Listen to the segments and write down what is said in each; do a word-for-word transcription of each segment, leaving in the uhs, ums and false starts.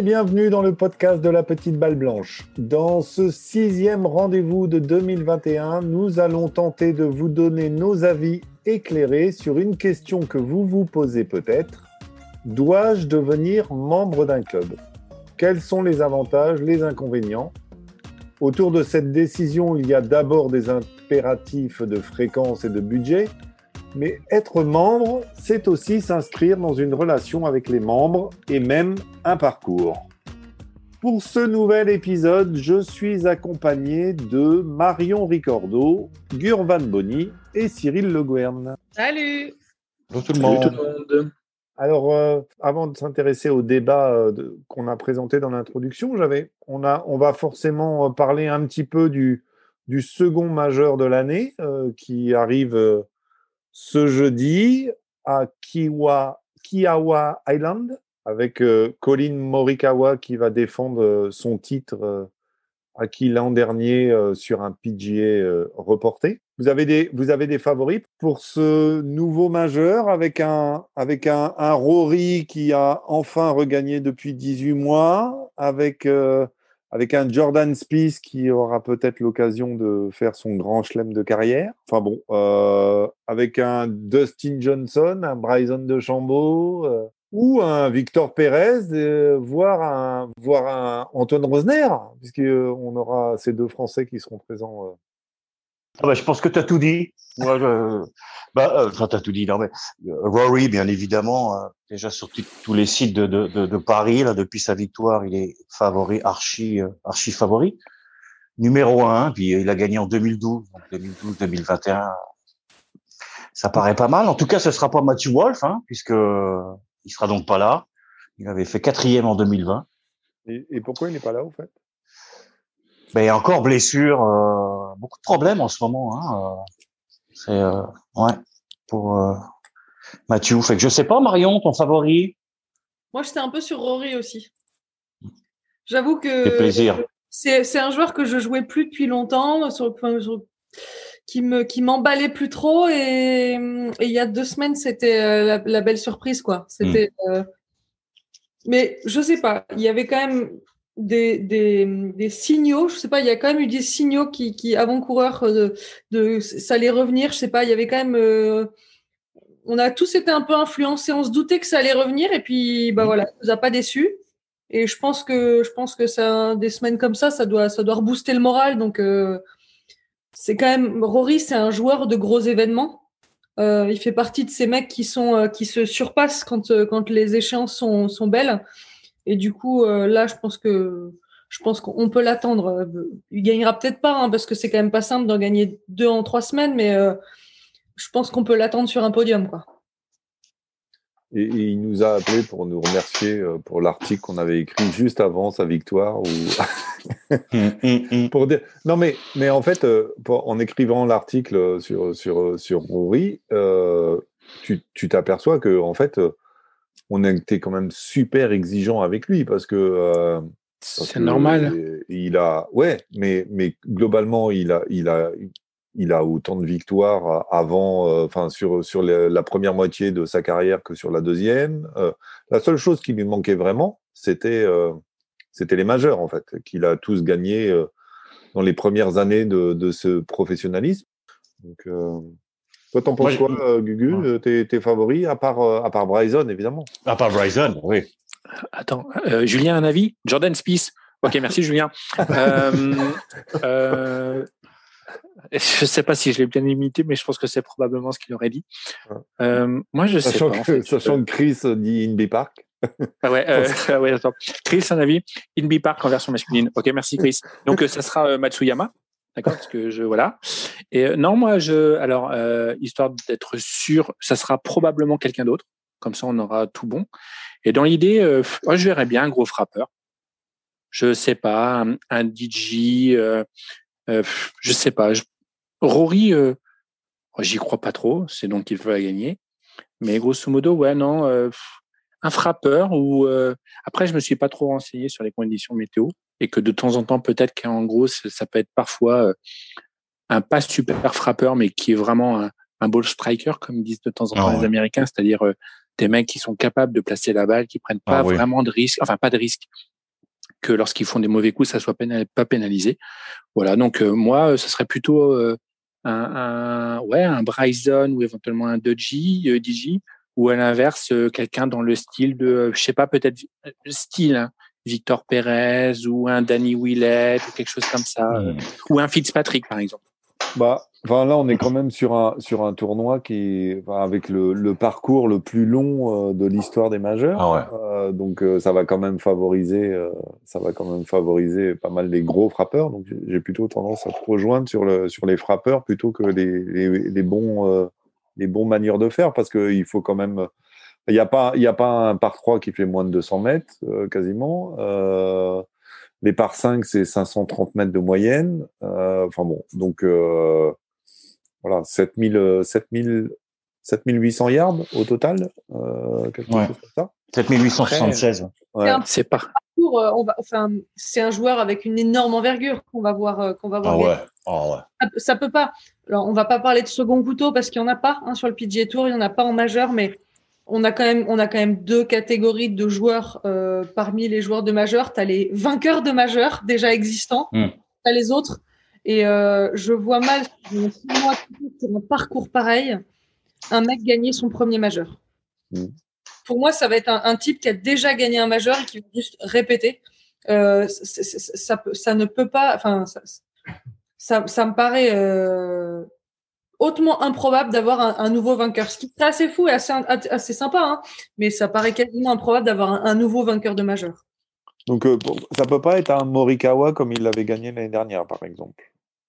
bienvenue dans le podcast de la Petite Balle Blanche. Dans ce sixième rendez-vous de deux mille vingt et un, nous allons tenter de vous donner nos avis éclairés sur une question que vous vous posez peut-être. Dois-je devenir membre d'un club ? Quels sont les avantages, les inconvénients ? Autour de cette décision, il y a d'abord des impératifs de fréquence et de budget, mais être membre, c'est aussi s'inscrire dans une relation avec les membres et même un parcours. Pour ce nouvel épisode, je suis accompagné de Marion Ricordo, Gurvan Boni et Cyril Le Gouern. Salut. Bonjour tout le monde. Salut tout le monde. Alors, euh, avant de s'intéresser au débat euh, de, qu'on a présenté dans l'introduction, j'avais, on, a, on va forcément parler un petit peu du, du second majeur de l'année euh, qui arrive euh, ce jeudi à Kiwa, Kiawah Island avec euh, Collin Morikawa qui va défendre euh, son titre euh, acquis l'an dernier euh, sur un P G A euh, reporté. Vous avez des, vous avez des favoris pour ce nouveau majeur avec un, avec un, un Rory qui a enfin regagné depuis dix-huit mois, avec, euh, avec un Jordan Spieth qui aura peut-être l'occasion de faire son grand chelem de carrière. Enfin bon, euh, avec un Dustin Johnson, un Bryson DeChambeau, euh, ou un Victor Pérez, euh, voire un, voire un Anton Rosner, puisqu'on aura ces deux Français qui seront présents. Euh. Ah bah, je pense que tu as tout dit. Moi, je... bah, enfin, tu as tout dit. Non, mais Rory, bien évidemment, euh, déjà sur t- tous les sites de, de, de, de Paris, là, depuis sa victoire, il est favori, archi, euh, archi favori. Numéro un, puis il a gagné en deux mille douze, donc deux mille douze deux mille vingt et un. Ça paraît pas mal. En tout cas, ce sera pas Matthew Wolff, hein, puisque il sera donc pas là. Il avait fait quatrième en deux mille vingt. Et, et pourquoi il n'est pas là, au fait ? Ben, encore blessure, euh, beaucoup de problèmes en ce moment. Hein. C'est euh, ouais pour euh, Mathieu. Fait que je sais pas, Marion, ton favori. Moi, j'étais un peu sur Rory aussi. J'avoue que C'est plaisir. C'est, c'est un joueur que je jouais plus depuis longtemps, sur, enfin, sur, qui me qui m'emballait plus trop et, et il y a deux semaines c'était euh, la, la belle surprise quoi. C'était. Mm. Euh, mais je sais pas, il y avait quand même des des des signaux. Je sais pas, il y a quand même eu des signaux qui qui avant-coureurs de de ça allait revenir. Je sais pas, il y avait quand même. Euh, on a tous été un peu influencés, on se doutait que ça allait revenir et puis bah voilà, ça nous a pas déçus. Et je pense que je pense que ça, des semaines comme ça, ça doit ça doit rebooster le moral. Donc euh, c'est quand même Rory, c'est un joueur de gros événements. Euh, il fait partie de ces mecs qui sont euh, qui se surpassent quand euh, quand les échéances sont sont belles. Et du coup euh, là, je pense que je pense qu'on peut l'attendre. Il gagnera peut-être pas hein, parce que c'est quand même pas simple d'en gagner deux en trois semaines, mais euh, je pense qu'on peut l'attendre sur un podium quoi. Et, et il nous a appelé pour nous remercier euh, pour l'article qu'on avait écrit juste avant sa victoire. Ou... pour dire... Non, mais, mais en fait, euh, pour, en écrivant l'article sur, sur, sur Rory, euh, tu, tu t'aperçois que en fait, euh, on a été quand même super exigeant avec lui parce que. Euh, parce c'est que, normal. Euh, il a, ouais, mais, mais globalement, il a. Il a Il a autant de victoires avant, enfin euh, sur sur la, la première moitié de sa carrière que sur la deuxième. Euh, la seule chose qui lui manquait vraiment, c'était euh, c'était les majeurs en fait, qu'il a tous gagné euh, dans les premières années de, de ce professionnalisme. Donc, euh, toi, t'en penses quoi, euh, Gugu ouais. Tes, tes favoris à part euh, à part Bryson évidemment. À part Bryson, oui. Attends, euh, Julien, un avis ? Jordan Spieth. Ok, merci Julien. euh, euh, Je ne sais pas si je l'ai bien imité, mais je pense que c'est probablement ce qu'il aurait dit. Euh, moi, je sachant sais pas. Que, en fait, sachant je... que Chris dit Inbee Park. Ah ouais, euh, ah ouais, attends. Chris, un avis ? Inbee Park en version masculine. Ok, merci Chris. Donc, euh, ça sera euh, Matsuyama. D'accord, parce que je voilà. Et euh, non, moi, je alors euh, histoire d'être sûr, ça sera probablement quelqu'un d'autre. Comme ça, on aura tout bon. Et dans l'idée, euh, moi, je verrais bien un gros frappeur. Je sais pas, un, un D J. Euh, euh, je sais pas. Je... Rory, euh, j'y crois pas trop. C'est donc qu'il veut la gagner. Mais grosso modo, ouais, non, euh, un frappeur. Ou euh... après, je me suis pas trop renseigné sur les conditions météo et que de temps en temps, peut-être qu'en gros, ça peut être parfois euh, un pas super frappeur, mais qui est vraiment un, un ball striker, comme disent de temps en temps oh, les ouais. Américains, c'est-à-dire euh, des mecs qui sont capables de placer la balle, qui prennent pas ah, oui. vraiment de risques, enfin pas de risques, que lorsqu'ils font des mauvais coups, ça soit pénal, pas pénalisé. Voilà, donc euh, moi, ce serait plutôt euh, un, un, ouais, un Bryson ou éventuellement un Dodgy, euh, D J, ou à l'inverse, euh, quelqu'un dans le style de, euh, je sais pas, peut-être euh, style, hein, Victor Pérez ou un Danny Willett ou quelque chose comme ça, euh, Mmh. ou un Fitzpatrick par exemple. Bah, enfin là, on est quand même sur un, sur un tournoi qui, enfin, avec le, le parcours le plus long euh, de l'histoire des majeurs. Ah ouais. Euh, donc, euh, ça va quand même favoriser, euh, ça va quand même favoriser pas mal les gros frappeurs. Donc, j'ai- j'ai plutôt tendance à te rejoindre sur le, sur les frappeurs plutôt que les, les, les bons, euh, les bons manières de faire, parce qu'il faut quand même. Il n'y a pas, il y a pas un par trois qui fait moins de deux cents mètres, euh, quasiment. Euh, les par cinq, c'est cinq cent trente mètres de moyenne. Euh, enfin bon, donc euh, voilà, sept mille, euh, sept mille, sept mille huit cents yards au total, euh, quelque Ouais. chose comme ça. sept mille huit cent soixante-seize. Ouais. C'est pas. Pour, euh, on va, enfin, c'est un joueur avec une énorme envergure qu'on va voir, euh, qu'on va voir. Ah gagner. ouais. Ah ouais. Ça, peut- ça peut pas. Alors, on va pas parler de second couteau parce qu'il y en a pas hein, sur le P G A Tour, il y en a pas en majeur, mais on a quand même, on a quand même deux catégories de joueurs euh, parmi les joueurs de majeur. Tu as les vainqueurs de majeur déjà existants, Mm. tu as les autres, et euh, je vois mal dans six mois, sur un parcours pareil, un mec gagner son premier majeur. Mm. Pour moi, ça va être un, un type qui a déjà gagné un majeur et qui va juste répéter. Euh, c'est- c'est- c'est- ça, peut- ça ne peut pas. Enfin, ça, ça, ça me paraît euh, hautement improbable d'avoir un, un nouveau vainqueur. Ce qui est assez fou et assez, assez sympa, hein, mais ça paraît quasiment improbable d'avoir un, un nouveau vainqueur de majeur. Donc, euh, bon, ça peut pas être un Morikawa comme il l'avait gagné l'année dernière, par exemple.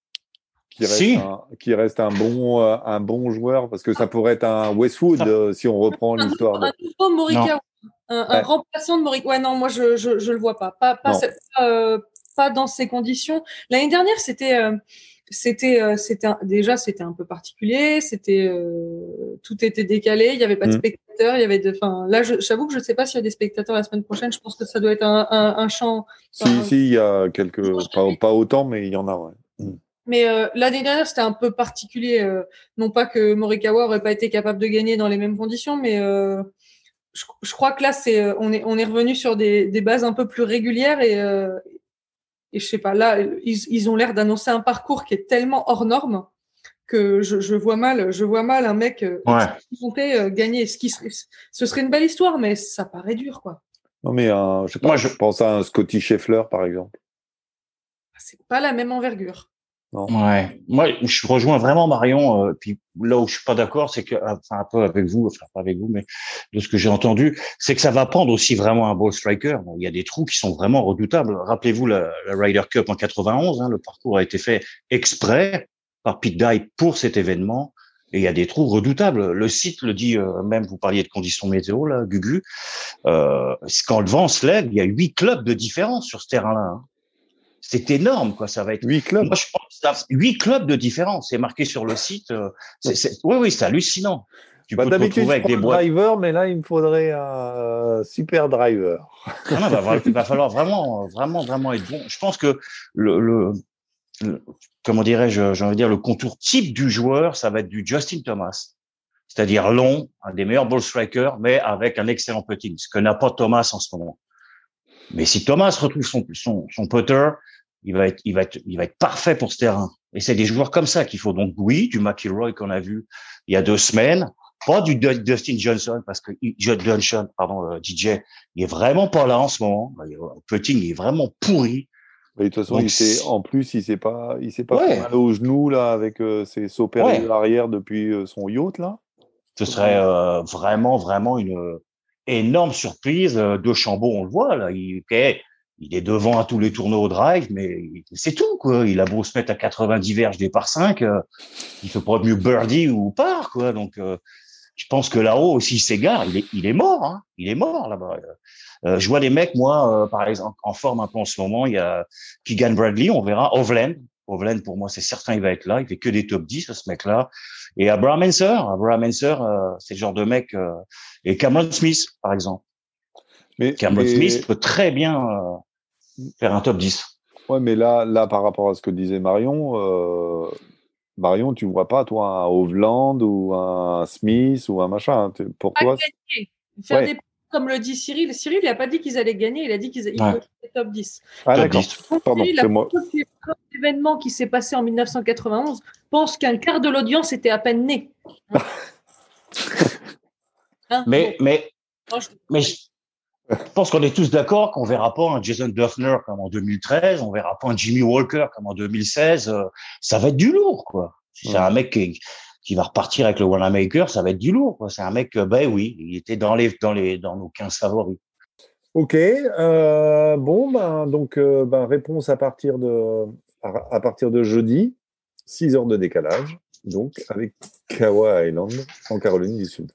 Qui reste, Si. un, qui reste un, bon, euh, un bon joueur, parce que ça pourrait être un Westwood euh, si on reprend Un l'histoire. nouveau, De... un nouveau Morikawa, un, un Ouais. remplaçant de Morikawa. Ouais, non, moi je je je le vois pas, pas pas Non. cette- pas, euh, pas dans ces conditions. L'année dernière, c'était euh, c'était euh, c'était un- déjà c'était un peu particulier, c'était euh, tout était décalé, il y avait pas de Mm. spectateurs, il y avait de. Enfin, là, je- j'avoue que je sais pas s'il y a des spectateurs la semaine prochaine. Je pense que ça doit être un un, un champ. Si, enfin, si, il y a quelques. Pas, pas autant, mais il y en a, ouais. Mm. Mais euh, l'année dernière, c'était un peu particulier. Euh, non pas que Morikawa aurait pas été capable de gagner dans les mêmes conditions, mais euh, je, je crois que là, c'est euh, on est on est revenu sur des, des bases un peu plus régulières et euh, et je sais pas. Là, ils, ils ont l'air d'annoncer un parcours qui est tellement hors norme que je, je vois mal, je vois mal un mec euh, Ouais. expérimenté euh, gagner. Ce qui serait, ce serait une belle histoire, mais ça paraît dur, quoi. Non, mais un, je sais pas, Moi, je... je- pense à un Scotty Scheffler, par exemple. C'est pas la même envergure. Non. Ouais, moi je rejoins vraiment Marion. Euh, puis là où je suis pas d'accord, c'est que, enfin un peu avec vous, enfin pas avec vous, mais de ce que j'ai entendu, c'est que ça va prendre aussi vraiment un ball striker. Il y a des trous qui sont vraiment redoutables. Rappelez-vous la, la Ryder Cup en quatre-vingt-onze, hein, le parcours a été fait exprès par Pete Dye pour cet événement, et il y a des trous redoutables. Le site le dit euh, même. Vous parliez de conditions météo là, Gugu. Euh, quand le vent se lève, il y a huit clubs de différence sur ce terrain-là. Hein. C'est énorme, quoi. Ça va être. Huit clubs. Moi, je pense huit clubs de différence. C'est marqué sur le site. Euh, c'est, c'est... Oui, oui, c'est hallucinant. Tu Bah, peux te d'habitude, retrouver je avec prends des un boîtes. driver, mais là, il me faudrait un super driver. Non, non, bah, il va falloir vraiment, vraiment, vraiment être bon. Je pense que le, le, le comment dirais-je, j'ai envie de dire, le contour type du joueur, ça va être du Justin Thomas. C'est-à-dire long, un des meilleurs ball strikers, mais avec un excellent putting, ce que n'a pas Thomas en ce moment. Mais si Thomas retrouve son, son, son putter, il va être, il va être, il va être parfait pour ce terrain. Et c'est des joueurs comme ça qu'il faut. Donc oui, du McIlroy qu'on a vu il y a deux semaines, pas du Dustin Johnson parce que Johnson, pardon, euh, D J, il est vraiment pas là en ce moment. Le putting il est vraiment pourri. Mais de toute façon, Donc, il s'est, c'est- en plus, il s'est pas, il s'est pas Ouais. fait mal au genou là avec euh, ses sauts périlleux Ouais. arrière depuis euh, son yacht là. Ce serait euh, vraiment, vraiment une euh, énorme surprise. Euh, De Chambaud, on le voit là, il, okay, il est devant à tous les tournois au drive, mais c'est tout quoi. Il a beau se mettre à quatre-vingt-dix verges des par cinq, euh, il fait pas mieux birdie ou par quoi. Donc, euh, je pense que là-haut, s'il s'égare, il est, il est mort. Hein. Il est mort là-bas. Euh, je vois des mecs, moi, euh, par exemple, en forme un peu en ce moment. Il y a Keegan Bradley, on verra. Hovland, Hovland pour moi, c'est certain, il va être là. Il fait que des top dix, ce mec-là. Et Abraham Ancer, Abraham Ancer, euh, c'est le genre de mec. Euh, et Cameron Smith, par exemple. Mais, Cameron mais- Smith peut très bien euh, faire un top dix. ouais, mais là, là, par rapport à ce que disait Marion, euh, Marion, tu vois pas toi un Hovland ou un Smith ou un machin. hein. Tu- Pour Pas toi, gagner, faire ouais. des comme le dit Cyril. Cyril, il n'a pas dit qu'ils allaient gagner, il a dit qu'ils Ouais. étaient top dix. Ah, Top d'accord. dix. Pardon, Cyril, c'est moi. l'événement qui s'est passé en dix-neuf cent quatre-vingt-onze pense qu'un quart de l'audience était à peine né. Hein hein Mais, bon. mais, Non, je... mais je je pense qu'on est tous d'accord qu'on verra pas un Jason Duffner comme en deux mille treize, on verra pas un Jimmy Walker comme en deux mille seize. euh, Ça va être du lourd, quoi. Si c'est Ouais. un mec qui, qui va repartir avec le Wanamaker, ça va être du lourd, quoi. C'est un mec, euh, ben oui, il était dans les, dans les, dans nos quinze favoris. Ok. euh, bon, ben, donc, euh, ben, réponse à partir de, à, à partir de jeudi, six heures de décalage, donc avec Kawa Island en Caroline du Sud.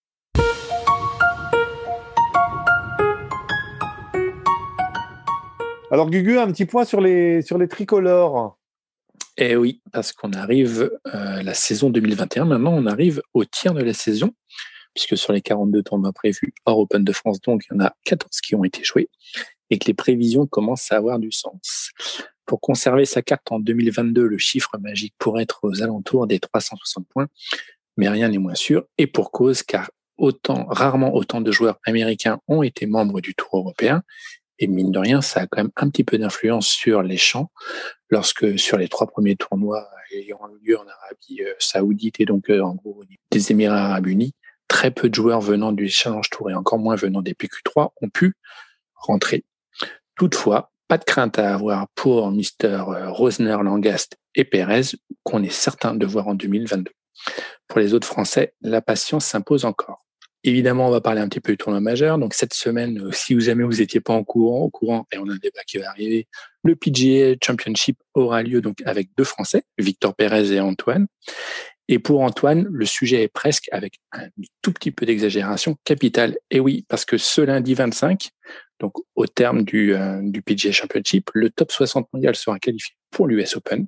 Alors, Gugu, un petit point sur les, sur les tricolores. Et oui, parce qu'on arrive euh, la saison deux mille vingt et un. Maintenant, on arrive au tiers de la saison, puisque sur les quarante-deux tournois prévus hors Open de France, donc il y en a quatorze qui ont été joués et que les prévisions commencent à avoir du sens. Pour conserver sa carte en deux mille vingt-deux, le chiffre magique pourrait être aux alentours des trois cent soixante points, mais rien n'est moins sûr, et pour cause, car autant, rarement autant de joueurs américains ont été membres du Tour européen. Et mine de rien, ça a quand même un petit peu d'influence sur les champs, lorsque sur les trois premiers tournois ayant eu lieu en Arabie euh, Saoudite et donc euh, en gros des Émirats Arabes Unis, très peu de joueurs venant du Challenge Tour et encore moins venant des P Q trois ont pu rentrer. Toutefois, pas de crainte à avoir pour mister Rosner, Langast et Pérez, qu'on est certain de voir en deux mille vingt-deux. Pour les autres Français, la patience s'impose encore. Évidemment, on va parler un petit peu du tournoi majeur. Donc, cette semaine, si vous jamais vous étiez pas en courant, au courant, et on a un débat qui va arriver, le P G A Championship aura lieu donc avec deux Français, Victor Pérez et Antoine. Et pour Antoine, le sujet est presque, avec un tout petit peu d'exagération, capital. Et oui, parce que ce lundi vingt-cinq, donc au terme du, euh, du P G A Championship, le top soixante mondial sera qualifié pour l'U S Open.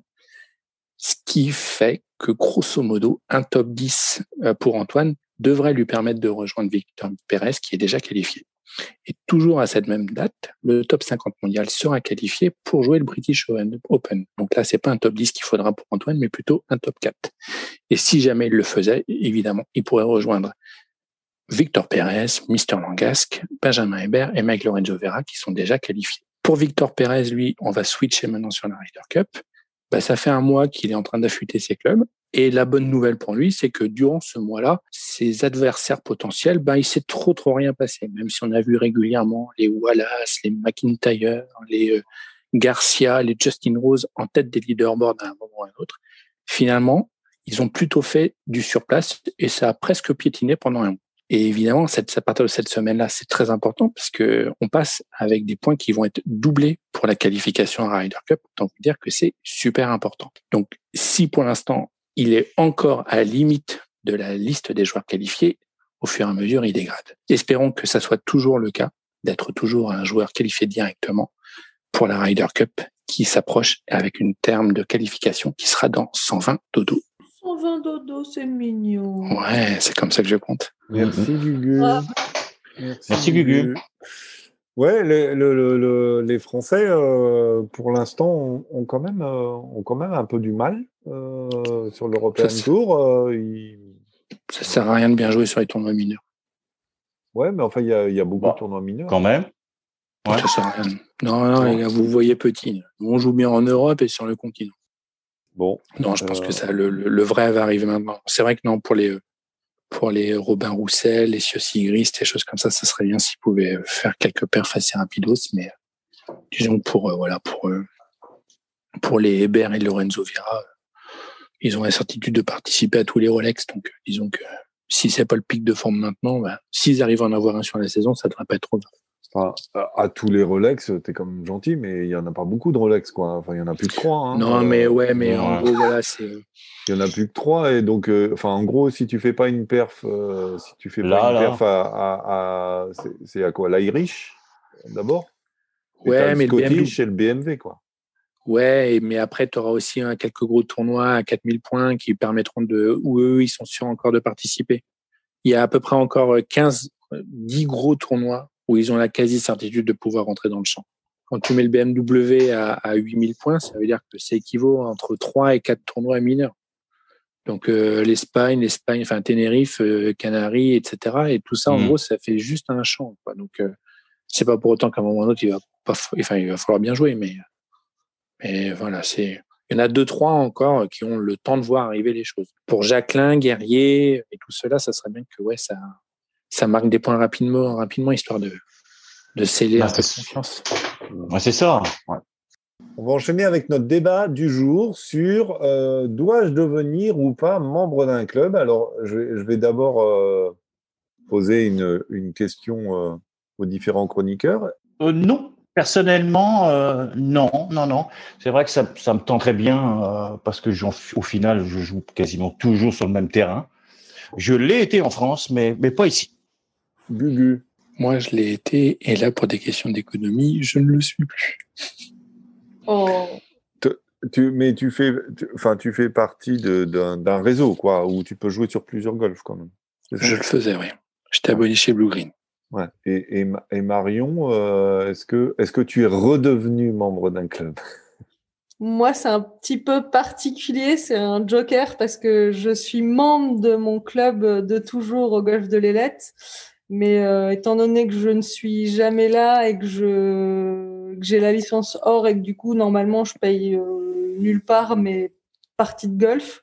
Ce qui fait que, grosso modo, un top dix pour Antoine devrait lui permettre de rejoindre Victor Pérez, qui est déjà qualifié. Et toujours à cette même date, le top cinquante mondial sera qualifié pour jouer le British Open. Donc là, c'est pas un top dix qu'il faudra pour Antoine, mais plutôt un top quatre. Et si jamais il le faisait, évidemment, il pourrait rejoindre Victor Pérez, mister Langasque, Benjamin Hébert et Mike Lorenzo Vera, qui sont déjà qualifiés. Pour Victor Pérez, lui, on va switcher maintenant sur la Ryder Cup. Bah, ça fait un mois qu'il est en train d'affûter ses clubs. Et la bonne nouvelle pour lui, c'est que durant ce mois-là, ses adversaires potentiels, bah, il s'est trop, trop rien passé. Même si on a vu régulièrement les Wallace, les McIntyre, les euh, Garcia, les Justin Rose en tête des leaderboards à un moment ou à un autre. Finalement, ils ont plutôt fait du surplace et ça a presque piétiné pendant un mois. Et évidemment, cette, à partir de cette semaine-là, c'est très important parce que on passe avec des points qui vont être doublés pour la qualification à Ryder Cup. Donc, dire que c'est super important. Donc, si pour l'instant, il est encore à la limite de la liste des joueurs qualifiés, au fur et à mesure, il dégrade. Espérons que ça soit toujours le cas, d'être toujours un joueur qualifié directement pour la Ryder Cup qui s'approche avec une terme de qualification qui sera dans cent vingt dodo. cent vingt dodo, c'est mignon. Ouais, c'est comme ça que je compte. Merci, Gugu. Ah. Merci, Merci, Gugu. Ouais, les, le, le, le, les Français, euh, pour l'instant, ont, ont, quand même, euh, ont quand même un peu du mal euh, sur l'European Ça, Tour. Euh, ils... Ça sert à rien de bien jouer sur les tournois mineurs. Ouais, mais enfin, il y a, y a beaucoup Bah, de tournois mineurs. Quand même. Ouais. Ça sert à rien. Non, non, les gars, vous voyez petit. On joue bien en Europe et sur le continent. Bon. Non, je pense euh... que ça, le, le, le vrai va arriver maintenant. C'est vrai que non, pour les, pour les Robin Roussel, les Siossi Grist, des choses comme ça, ça serait bien s'ils pouvaient faire quelques perfs assez rapidos, mais disons pour, euh, voilà, pour, euh, pour les Hébert et Lorenzo Vera, ils ont la certitude de participer à tous les Rolex, donc disons que si c'est pas le pic de forme maintenant, bah, s'ils arrivent à en avoir un sur la saison, ça devrait pas être trop grave. Enfin, à tous les Rolex, t'es comme gentil, mais il y en a pas beaucoup de Rolex, quoi. Enfin, il y en a plus que trois. Hein. Non, euh... mais ouais, mais ouais. en gros, voilà, c'est. Il y en a plus que trois, et donc, euh, enfin, en gros, si tu fais pas une perf, euh, si tu fais Là, pas une là. perf à, à, à c'est, c'est à quoi, l'Irish d'abord. Et Ouais, t'as mais le le B M W. Scottish et le B M W, quoi. Ouais, mais après, tu auras aussi hein, quelques gros tournois à quatre mille points qui permettront de, où eux, ils sont sûrs encore de participer. Il y a à peu près encore quinze, dix gros tournois où ils ont la quasi-certitude de pouvoir rentrer dans le champ. Quand tu mets le B M W à, à huit mille points, ça veut dire que ça équivaut entre trois et quatre tournois mineurs. Donc euh, l'Espagne, l'Espagne, enfin Tenerife, euh, Canaries, et cetera. Et tout ça, en Mmh. gros, ça fait juste un champ, quoi. Donc euh, c'est pas pour autant qu'à un moment ou à un autre, il va pas, enfin il va falloir bien jouer, mais mais voilà, c'est il y en a deux trois encore qui ont le temps de voir arriver les choses. Pour Jacqueline, Guerrier et tout cela, ça serait bien que ouais ça ça marque des points rapidement, rapidement histoire de de sceller Bah, un peu de c'est confiance. ouais, c'est ça. Ouais. On va enchaîner avec notre débat du jour sur euh, dois-je devenir ou pas membre d'un club? Alors, je vais, je vais d'abord euh, poser une, une question euh, aux différents chroniqueurs. Euh, non, personnellement, euh, non, non, non. C'est vrai que ça, ça me tenterait bien euh, parce que j'en- au final, je joue quasiment toujours sur le même terrain. Je l'ai été en France, mais, mais pas ici. Gugu. Moi, je l'ai été, et là, pour des questions d'économie, je ne le suis plus. Oh. Te- Tu, mais tu fais, tu, enfin, tu fais partie de- d'un d'un réseau, quoi, où tu peux jouer sur plusieurs golfs, quand même. C'est ça? Je le faisais, oui. J'étais abonné chez Blue Green. Ouais. Et, et, Ma- et Marion, euh, est-ce que, est-ce que tu es redevenu membre d'un club? Moi, c'est un petit peu particulier, c'est un joker parce que je suis membre de mon club de toujours au golf de l'Ailette. Mais euh, étant donné que je ne suis jamais là et que je que j'ai la licence or et que du coup, normalement, je paye euh, nulle part mes parties de golf,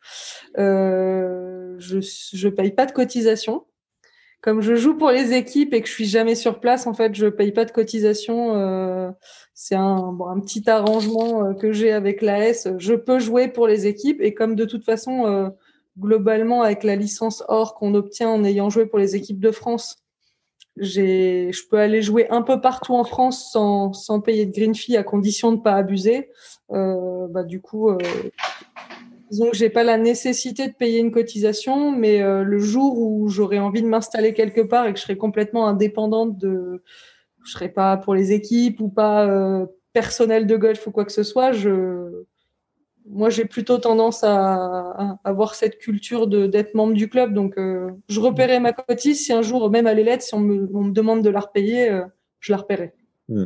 euh, je je paye pas de cotisation. Comme je joue pour les équipes et que je suis jamais sur place, en fait, je paye pas de cotisation. Euh, c'est un, bon, un petit arrangement euh, que j'ai avec l'A S. Je peux jouer pour les équipes et comme de toute façon, euh, globalement, avec la licence or qu'on obtient en ayant joué pour les équipes de France, j'ai, je peux aller jouer un peu partout en France sans, sans payer de green fee à condition de pas abuser. Euh, bah, du coup, euh, disons que j'ai pas la nécessité de payer une cotisation, mais euh, le jour où j'aurai envie de m'installer quelque part et que je serai complètement indépendante de, je serai pas pour les équipes ou pas euh, personnel de golf ou quoi que ce soit, je, moi j'ai plutôt tendance à, à avoir cette culture de d'être membre du club, donc euh, je repaierai ma cotise si un jour, même à l'Ailette, si on me, on me demande de la repayer, euh, je la repaierai. Hmm.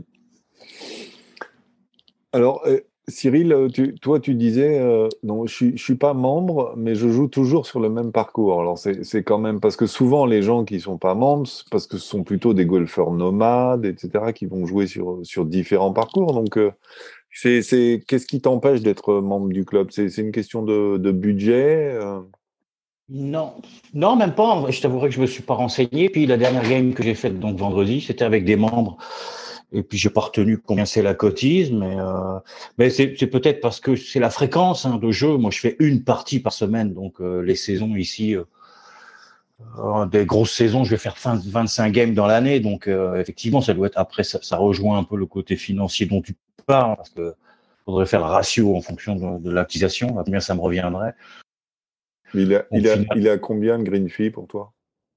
Alors, euh, Cyril, euh, tu- toi, tu disais, euh, non, je suis, je suis pas membre, mais je joue toujours sur le même parcours. Alors, c'est, c'est quand même parce que souvent, les gens qui sont pas membres, c'est parce que ce sont plutôt des golfeurs nomades, et cetera, qui vont jouer sur, sur différents parcours. Donc, euh, c'est, c'est, qu'est-ce qui t'empêche d'être membre du club? C'est, c'est une question de, de budget? euh Non, non, même pas. Je t'avouerai que je me suis pas renseigné. Puis la dernière game que j'ai faite donc vendredi, c'était avec des membres. Et puis j'ai pas retenu combien c'est la cotise, mais euh, mais c'est, c'est peut-être parce que c'est la fréquence hein, de jeu. Moi, je fais une partie par semaine, donc euh, les saisons ici, euh, euh, des grosses saisons, je vais faire vingt-cinq games dans l'année. Donc euh, effectivement, ça doit être après ça, ça rejoint un peu le côté financier dont tu parles, parce que faudrait faire le ratio en fonction de, de l'activation, combien ça me reviendrait. il a, Au il a, final, il a combien de green fee pour toi?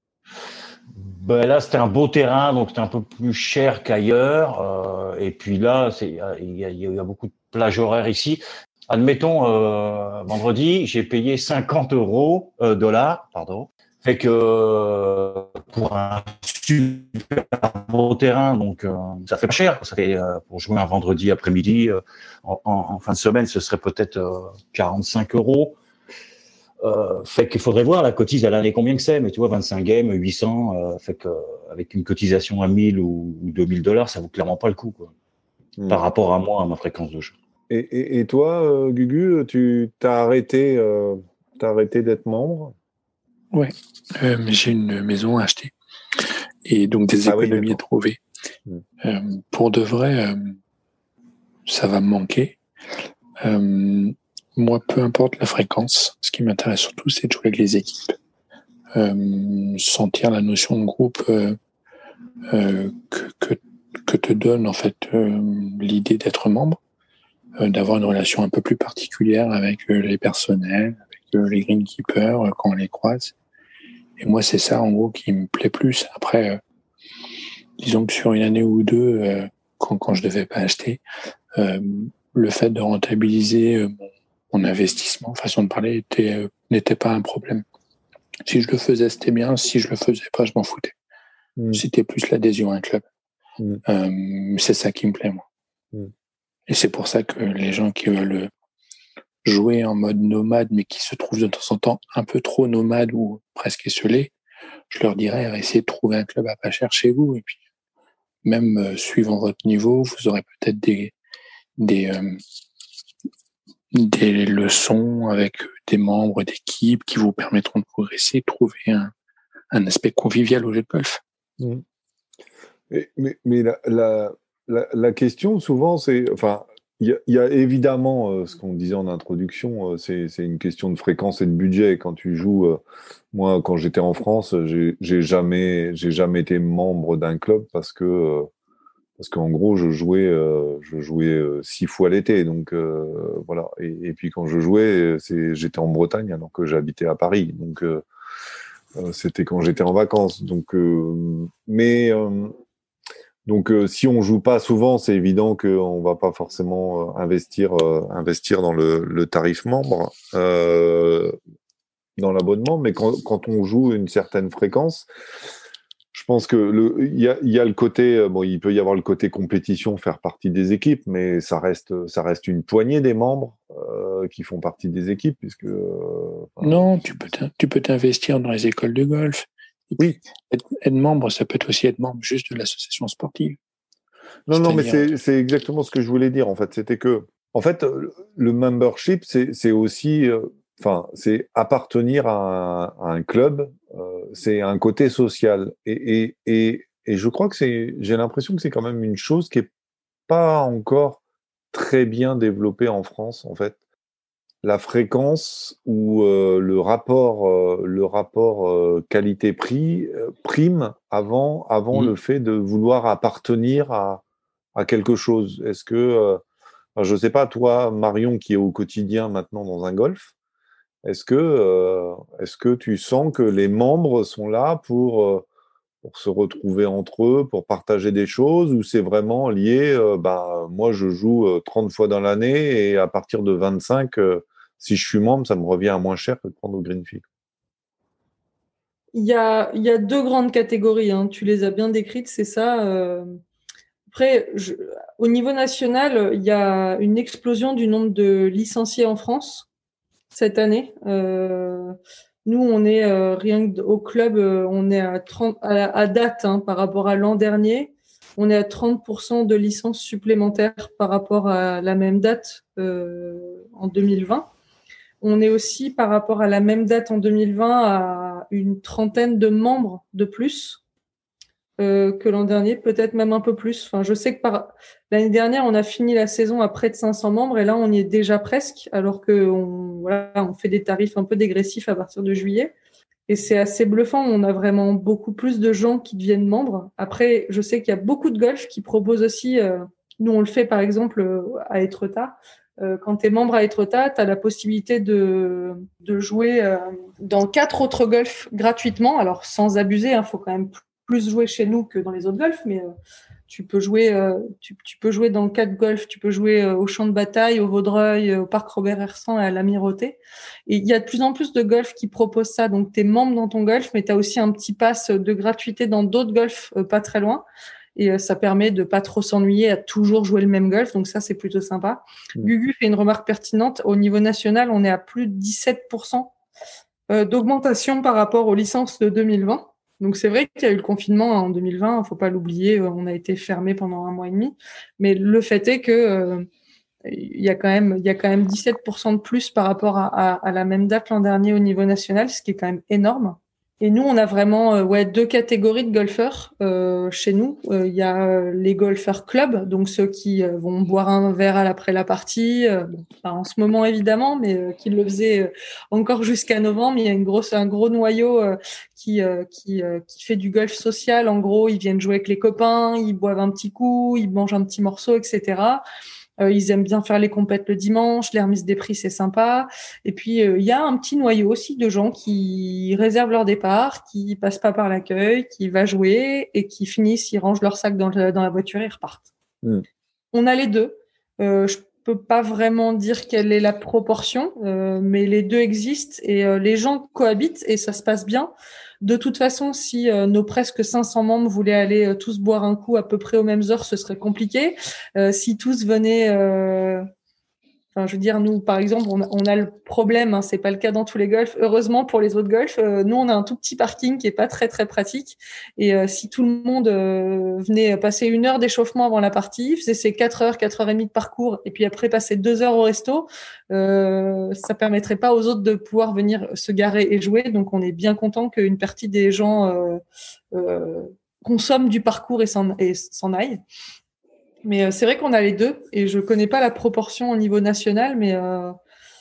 ben là, c'était un beau terrain, donc c'était un peu plus cher qu'ailleurs. Euh, et puis là, c'est, il y a, il y a, il y a beaucoup de plages horaires ici. Admettons, euh, vendredi, j'ai payé cinquante euros, euh, dollars, pardon. Fait que euh, pour un super beau terrain, donc euh, ça fait pas cher. Ça fait euh, pour jouer un vendredi après-midi euh, en, en, en fin de semaine, ce serait peut-être euh, quarante-cinq euros. Euh, fait qu'il faudrait voir la cotise à l'année combien que c'est, mais tu vois, vingt-cinq games, huit cents, euh, fait que avec une cotisation à mille ou, ou deux mille dollars, ça vaut clairement pas le coup, quoi. Hmm. Par rapport à moi, à ma fréquence de jeu. Et, et, et toi, euh, Gugu, tu t'as arrêté, euh, t'as arrêté d'être membre? Ouais, euh, j'ai une maison à acheter et donc des Ah oui, économies à d'accord. trouver. Hmm. Euh, pour de vrai, euh, ça va me manquer. Euh, moi, peu importe la fréquence, ce qui m'intéresse surtout, c'est de jouer avec les équipes. Euh, sentir la notion de groupe euh, euh, que, que, que te donne en fait euh, l'idée d'être membre, euh, d'avoir une relation un peu plus particulière avec euh, les personnels, avec euh, les greenkeepers euh, quand on les croise. Et moi, c'est ça en gros qui me plaît plus. Après, euh, disons que sur une année ou deux, euh, quand, quand je devais pas acheter, euh, le fait de rentabiliser euh, mon, mon investissement, façon de parler, était, euh, n'était pas un problème. Si je le faisais, c'était bien. Si je le faisais pas, je m'en foutais. Mm. C'était plus l'adhésion à un club. Mm. Euh, c'est ça qui me plaît, moi. Mm. Et c'est pour ça que les gens qui veulent jouer en mode nomade, mais qui se trouvent de temps en temps un peu trop nomade ou presque esselés, je leur dirais, essayez de trouver un club à pas cher chez vous. Et puis, même euh, suivant votre niveau, vous aurez peut-être des, des, euh, des leçons avec des membres d'équipe qui vous permettront de progresser, trouver un, un aspect convivial au jeu de golf. Mmh. Et, mais mais la, la, la, la question, souvent, c'est... Enfin, il y, y a évidemment euh, ce qu'on disait en introduction, euh, c'est, c'est une question de fréquence et de budget. Quand tu joues... Euh, moi, quand j'étais en France, j'ai, j'ai jamais, j'ai jamais été membre d'un club parce que... Euh, parce qu'en gros, je jouais, euh, je jouais euh, six fois l'été, donc euh, voilà. Et, et puis quand je jouais, c'est, j'étais en Bretagne alors que j'habitais à Paris, donc euh, euh, c'était quand j'étais en vacances. Donc, euh, mais euh, donc euh, si on joue pas souvent, c'est évident qu'on va pas forcément euh, investir, euh, investir dans le, le tarif membre, euh, dans l'abonnement. Mais quand, quand on joue une certaine fréquence. Je pense que le, il y a, il y a le côté, bon, il peut y avoir le côté compétition, faire partie des équipes, mais ça reste, ça reste une poignée des membres euh, qui font partie des équipes, puisque. Euh, non, tu peux, tu peux t'investir dans les écoles de golf. Et oui. Être, être membre, ça peut être aussi être membre juste de l'association sportive. Non, C'est-à-dire... non, mais c'est, c'est exactement ce que je voulais dire. En fait, c'était que, en fait, le membership, c'est, c'est aussi. Euh, Enfin, c'est appartenir à un, à un club, euh, c'est un côté social. Et, et, et, et je crois que c'est, j'ai l'impression que c'est quand même une chose qui est pas encore très bien développée en France, en fait. La fréquence ou euh, le rapport, euh, le rapport euh, qualité-prix euh, prime avant, avant mmh. le fait de vouloir appartenir à, à quelque chose. Est-ce que, euh, enfin, je sais pas, toi, Marion, qui est au quotidien maintenant dans un golf, Est-ce que, euh, est-ce que tu sens que les membres sont là pour, euh, pour se retrouver entre eux, pour partager des choses, ou c'est vraiment lié, euh, bah, moi je joue euh, trente fois dans l'année et à partir de vingt-cinq, euh, si je suis membre, ça me revient à moins cher que de prendre au Greenfield. Il y a, il y a deux grandes catégories, hein. Tu les as bien décrites, c'est ça. Euh... Après, je... au niveau national, il y a une explosion du nombre de licenciés en France cette année. Euh, nous, on est euh, rien que au club, euh, on est à trente à, à date hein, par rapport à l'an dernier, on est à trente pour cent de licences supplémentaires par rapport à la même date euh, en deux mille vingt. On est aussi par rapport à la même date en deux mille vingt à une trentaine de membres de plus. Euh, que l'an dernier, peut-être même un peu plus. Enfin, je sais que par l'année dernière, on a fini la saison à près de cinq cents membres et là, on y est déjà presque, alors que on, voilà, on fait des tarifs un peu dégressifs à partir de juillet. Et c'est assez bluffant. On a vraiment beaucoup plus de gens qui deviennent membres. Après, je sais qu'il y a beaucoup de golf qui proposent aussi. Euh, nous, on le fait par exemple à Etretat. Euh, quand tu es membre à Etretat, tu as la possibilité de, de jouer euh, dans quatre autres golfs gratuitement. Alors, sans abuser, il hein, faut quand même plus jouer chez nous que dans les autres golfs, mais euh, tu peux jouer, euh, tu, tu peux jouer dans quatre golfs, tu peux jouer euh, au Champ de Bataille, au Vaudreuil, au Parc Robert-Hersant et à l'Amirauté. Et il y a de plus en plus de golfs qui proposent ça. Donc, tu es membre dans ton golf, mais tu as aussi un petit pass de gratuité dans d'autres golfs euh, pas très loin. Et euh, ça permet de pas trop s'ennuyer à toujours jouer le même golf. Donc, ça, c'est plutôt sympa. Mmh. Gugu fait une remarque pertinente. Au niveau national, on est à plus de dix-sept pour cent euh, d'augmentation par rapport aux licences de deux mille vingt. Donc, c'est vrai qu'il y a eu le confinement en deux mille vingt, il ne faut pas l'oublier, on a été fermé pendant un mois et demi. Mais le fait est que euh, il y a quand même, il y a quand même dix-sept pour cent de plus par rapport à, à, à la même date l'an dernier au niveau national, ce qui est quand même énorme. Et nous, on a vraiment euh, ouais, deux catégories de golfeurs euh, chez nous. Il euh, y a euh, les golfeurs club, donc ceux qui euh, vont boire un verre après la partie, euh, bon, pas en ce moment évidemment, mais euh, qui le faisaient euh, encore jusqu'à novembre. Il y a une grosse, un gros noyau euh, qui, euh, qui, euh, qui fait du golf social. En gros, ils viennent jouer avec les copains, ils boivent un petit coup, ils mangent un petit morceau, et cetera. Euh, ils aiment bien faire les compètes le dimanche, les remises des prix, c'est sympa. Et puis, il euh, y a un petit noyau aussi de gens qui réservent leur départ, qui passent pas par l'accueil, qui va jouer et qui finissent, ils rangent leur sac dans, le, dans la voiture et ils repartent. Mmh. On a les deux. Euh, je peux pas vraiment dire quelle est la proportion, euh, mais les deux existent et euh, les gens cohabitent et ça se passe bien. De toute façon, si euh, nos presque cinq cents membres voulaient aller euh, tous boire un coup à peu près aux mêmes heures, ce serait compliqué. Euh, si tous venaient, euh, Enfin, je veux dire, nous, par exemple, on a, on a le problème, hein, c'est pas le cas dans tous les golfs. Heureusement pour les autres golfs, euh, nous, on a un tout petit parking qui est pas très très pratique. Et euh, si tout le monde euh, venait passer une heure d'échauffement avant la partie, faisait ses quatre heures, quatre heures et demie de parcours, et puis après passer deux heures au resto, euh, ça permettrait pas aux autres de pouvoir venir se garer et jouer. Donc, on est bien content qu'une partie des gens euh, euh, consomment du parcours et s'en, et s'en aillent. Mais euh, c'est vrai qu'on a les deux, et je connais pas la proportion au niveau national, mais euh,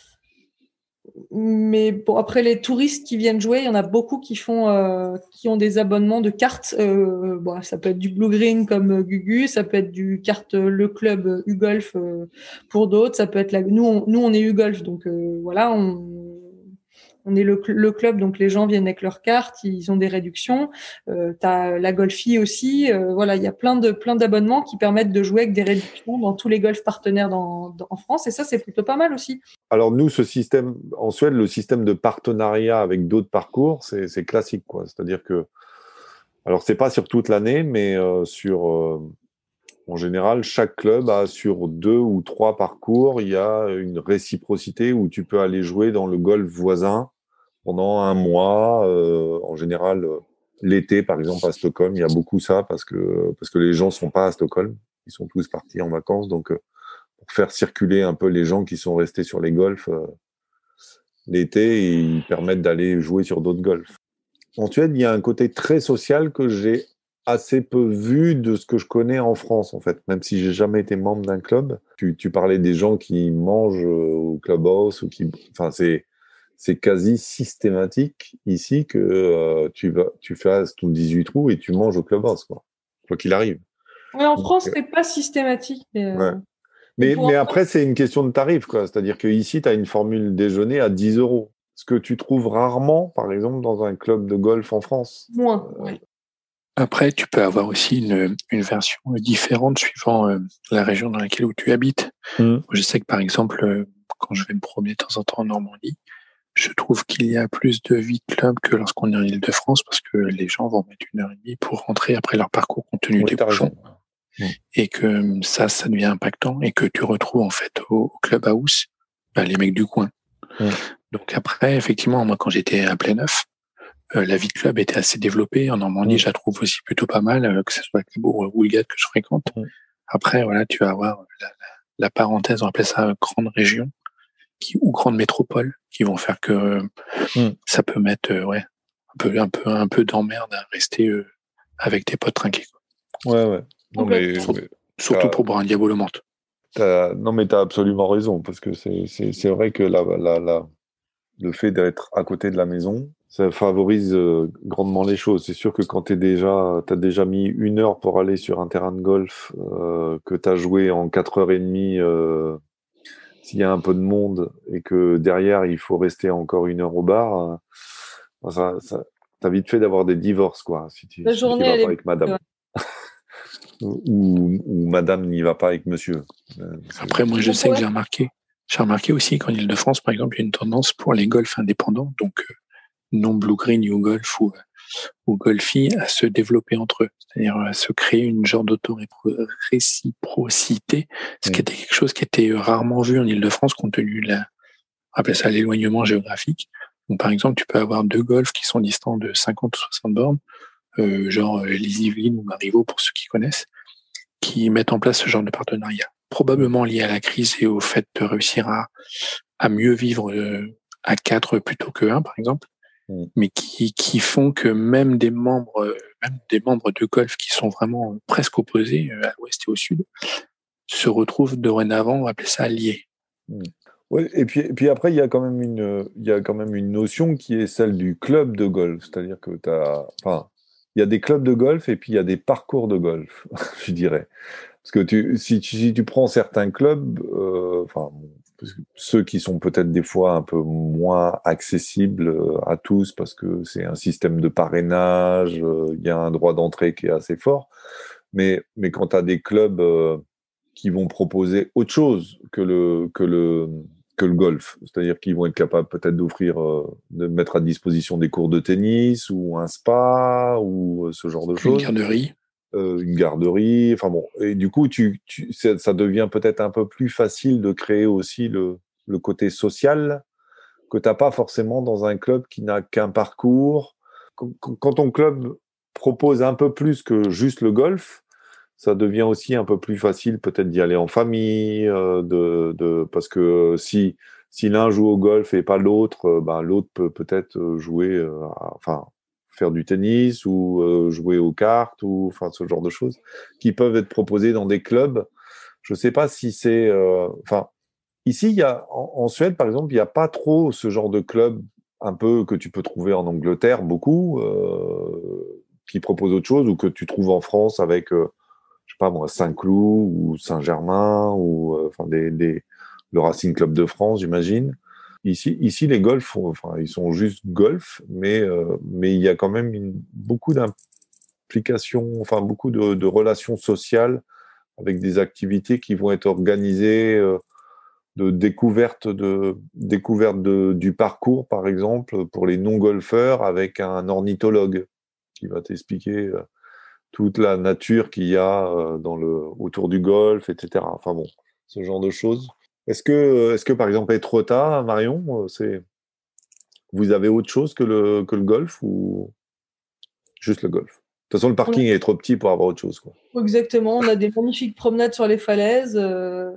mais bon, après les touristes qui viennent jouer, il y en a beaucoup qui font euh, qui ont des abonnements de cartes. Euh, bon, ça peut être du Blue Green comme euh, Gugu, ça peut être du carte euh, le club euh, U-Golf euh, pour d'autres, ça peut être la nous on, nous on est U-Golf, donc euh, voilà, on on est le, le club, donc les gens viennent avec leurs cartes, ils ont des réductions. Euh, t'as la Golfie aussi, euh, voilà, il y a plein de plein d'abonnements qui permettent de jouer avec des réductions dans tous les golfs partenaires dans, dans, en France, et ça c'est plutôt pas mal aussi. Alors nous, ce système en Suède, le système de partenariat avec d'autres parcours, c'est, c'est classique, quoi. C'est-à-dire que, alors c'est pas sur toute l'année, mais euh, sur, euh, en général, chaque club a sur deux ou trois parcours, il y a une réciprocité où tu peux aller jouer dans le golf voisin pendant un mois. Euh, en général, euh, l'été, par exemple, à Stockholm, il y a beaucoup ça parce que parce que les gens sont pas à Stockholm, ils sont tous partis en vacances, donc euh, pour faire circuler un peu les gens qui sont restés sur les golfs euh, l'été, ils permettent d'aller jouer sur d'autres golfs. En Suède, il y a un côté très social que j'ai assez peu vu de ce que je connais en France, en fait, même si j'ai jamais été membre d'un club. Tu, tu parlais des gens qui mangent au clubhouse, ou qui, enfin, c'est, c'est quasi systématique ici que euh, tu vas, tu fasses ton dix-huit trous et tu manges au clubhouse, quoi, quoi qu'il arrive. Ouais, en Donc, France, euh, c'est pas systématique. Mais, euh, ouais. Mais, pour mais un- après, c'est une question de tarif, quoi. C'est-à-dire qu'ici, tu as une formule déjeuner à dix euros. Ce que tu trouves rarement, par exemple, dans un club de golf en France. moins. Euh, Ouais. Après, tu peux avoir aussi une, une version différente suivant euh, la région dans laquelle où tu habites. Mm. Je sais que par exemple, euh, quand je vais me promener de temps en temps en Normandie, je trouve qu'il y a plus de vie de club que lorsqu'on est en Île-de-France parce que les gens vont mettre une heure et demie pour rentrer après leur parcours compte tenu Oui, des t'as bouchons. raison. Mm. Et que ça, ça devient impactant et que tu retrouves en fait au, au clubhouse bah, les mecs du coin. Mm. Donc après, effectivement, moi quand j'étais à Pléneuf, euh, la vie de club était assez développée. En Normandie, Mm. je la trouve aussi plutôt pas mal, euh, que ce soit le bourg ou Woolgate que je fréquente. Mm. Après, voilà, tu vas avoir la, la, la parenthèse, on appelle ça euh, grande région qui, ou grande métropole, qui vont faire que euh, Mm. ça peut mettre euh, ouais, un peu, un peu, un peu d'emmerde à rester euh, avec tes potes trinqués. Quoi. Ouais, ouais. Non, mais, Complètement. mais Surtout t'as, pour boire un diabolo menthe. t'as, non, mais t'as absolument raison, parce que c'est, c'est, c'est vrai que la, la, la, le fait d'être à côté de la maison, ça favorise euh, grandement les choses. C'est sûr que quand t'es déjà, t'as déjà mis une heure pour aller sur un terrain de golf, euh, que t'as joué en quatre heures et demie, euh, s'il y a un peu de monde, et que derrière, il faut rester encore une heure au bar, euh, ça, ça, t'as vite fait d'avoir des divorces, quoi, si tu, La si tu journée, vas elle pas est. avec madame. ou, ou madame n'y va pas avec monsieur. Euh, c'est- Après, moi, je On sais que pourrait- j'ai remarqué, j'ai remarqué aussi qu'en Île-de-France, par exemple, il y a une tendance pour les golfs indépendants, donc euh, non Blue Green, New Golf ou, ou Golfi, à se développer entre eux, c'est-à-dire à se créer une genre d'auto-réciprocité, ce qui Mm. était quelque chose qui était rarement vu en Île-de-France compte tenu de la, on appelle ça l'éloignement géographique. Donc, par exemple, tu peux avoir deux golfs qui sont distants de cinquante ou soixante bornes, euh, genre euh, les Yvelines ou Marivaux pour ceux qui connaissent, qui mettent en place ce genre de partenariat. Probablement lié à la crise et au fait de réussir à, à mieux vivre euh, à quatre plutôt que un, par exemple, Mm. mais qui, qui font que même des membres, euh, même des membres de golf qui sont vraiment presque opposés euh, à l'ouest et au sud, se retrouvent dorénavant, on va appeler ça alliés. Mm. Ouais, et puis, et puis après, il y a quand même une, il y a quand même une notion qui est celle du club de golf. C'est-à-dire que t'as, enfin, il y a des clubs de golf et puis il y a des parcours de golf, je dirais. Parce que tu, si, tu, si tu prends certains clubs, euh, enfin, ceux qui sont peut-être des fois un peu moins accessibles à tous parce que c'est un système de parrainage, euh, il y a un droit d'entrée qui est assez fort. Mais, mais quand tu as des clubs euh, qui vont proposer autre chose que le, que le, que le golf, c'est-à-dire qu'ils vont être capables peut-être d'offrir, euh, de mettre à disposition des cours de tennis ou un spa ou euh, ce genre de Une choses. garderie. euh, une garderie. Enfin bon, et du coup, tu, tu, ça, ça devient peut-être un peu plus facile de créer aussi le, le côté social que tu n'as pas forcément dans un club qui n'a qu'un parcours. Quand, quand ton club propose un peu plus que juste le golf, ça devient aussi un peu plus facile peut-être d'y aller en famille, euh, de, de, parce que si, si l'un joue au golf et pas l'autre, euh, ben, l'autre peut peut-être jouer, euh, à, enfin, faire du tennis ou euh, jouer aux cartes, ou enfin, ce genre de choses qui peuvent être proposées dans des clubs. Je ne sais pas si c'est... Euh, enfin, ici, il y a, en, en Suède, par exemple, il n'y a pas trop ce genre de club un peu que tu peux trouver en Angleterre, beaucoup, euh, qui proposent autre chose, ou que tu trouves en France avec... Euh, je sais pas moi, Saint-Cloud ou Saint-Germain ou euh, enfin des, des le Racing Club de France, j'imagine. Ici, ici les golfs, enfin ils sont juste golf, mais euh, mais il y a quand même une, beaucoup d'implications, enfin beaucoup de, de relations sociales avec des activités qui vont être organisées, euh, de découverte de découverte de, du parcours par exemple pour les non-golfeurs avec un ornithologue qui va t'expliquer euh, toute la nature qu'il y a euh, dans le, autour du golf, et cetera. Enfin bon, ce genre de choses. Est-ce que, est-ce que par exemple, Etretat, Marion, euh, c'est, vous avez autre chose que le, que le golf ou juste le golf? De toute façon, le parking est trop petit pour avoir autre chose, quoi. Exactement, on a des magnifiques promenades sur les falaises. Euh,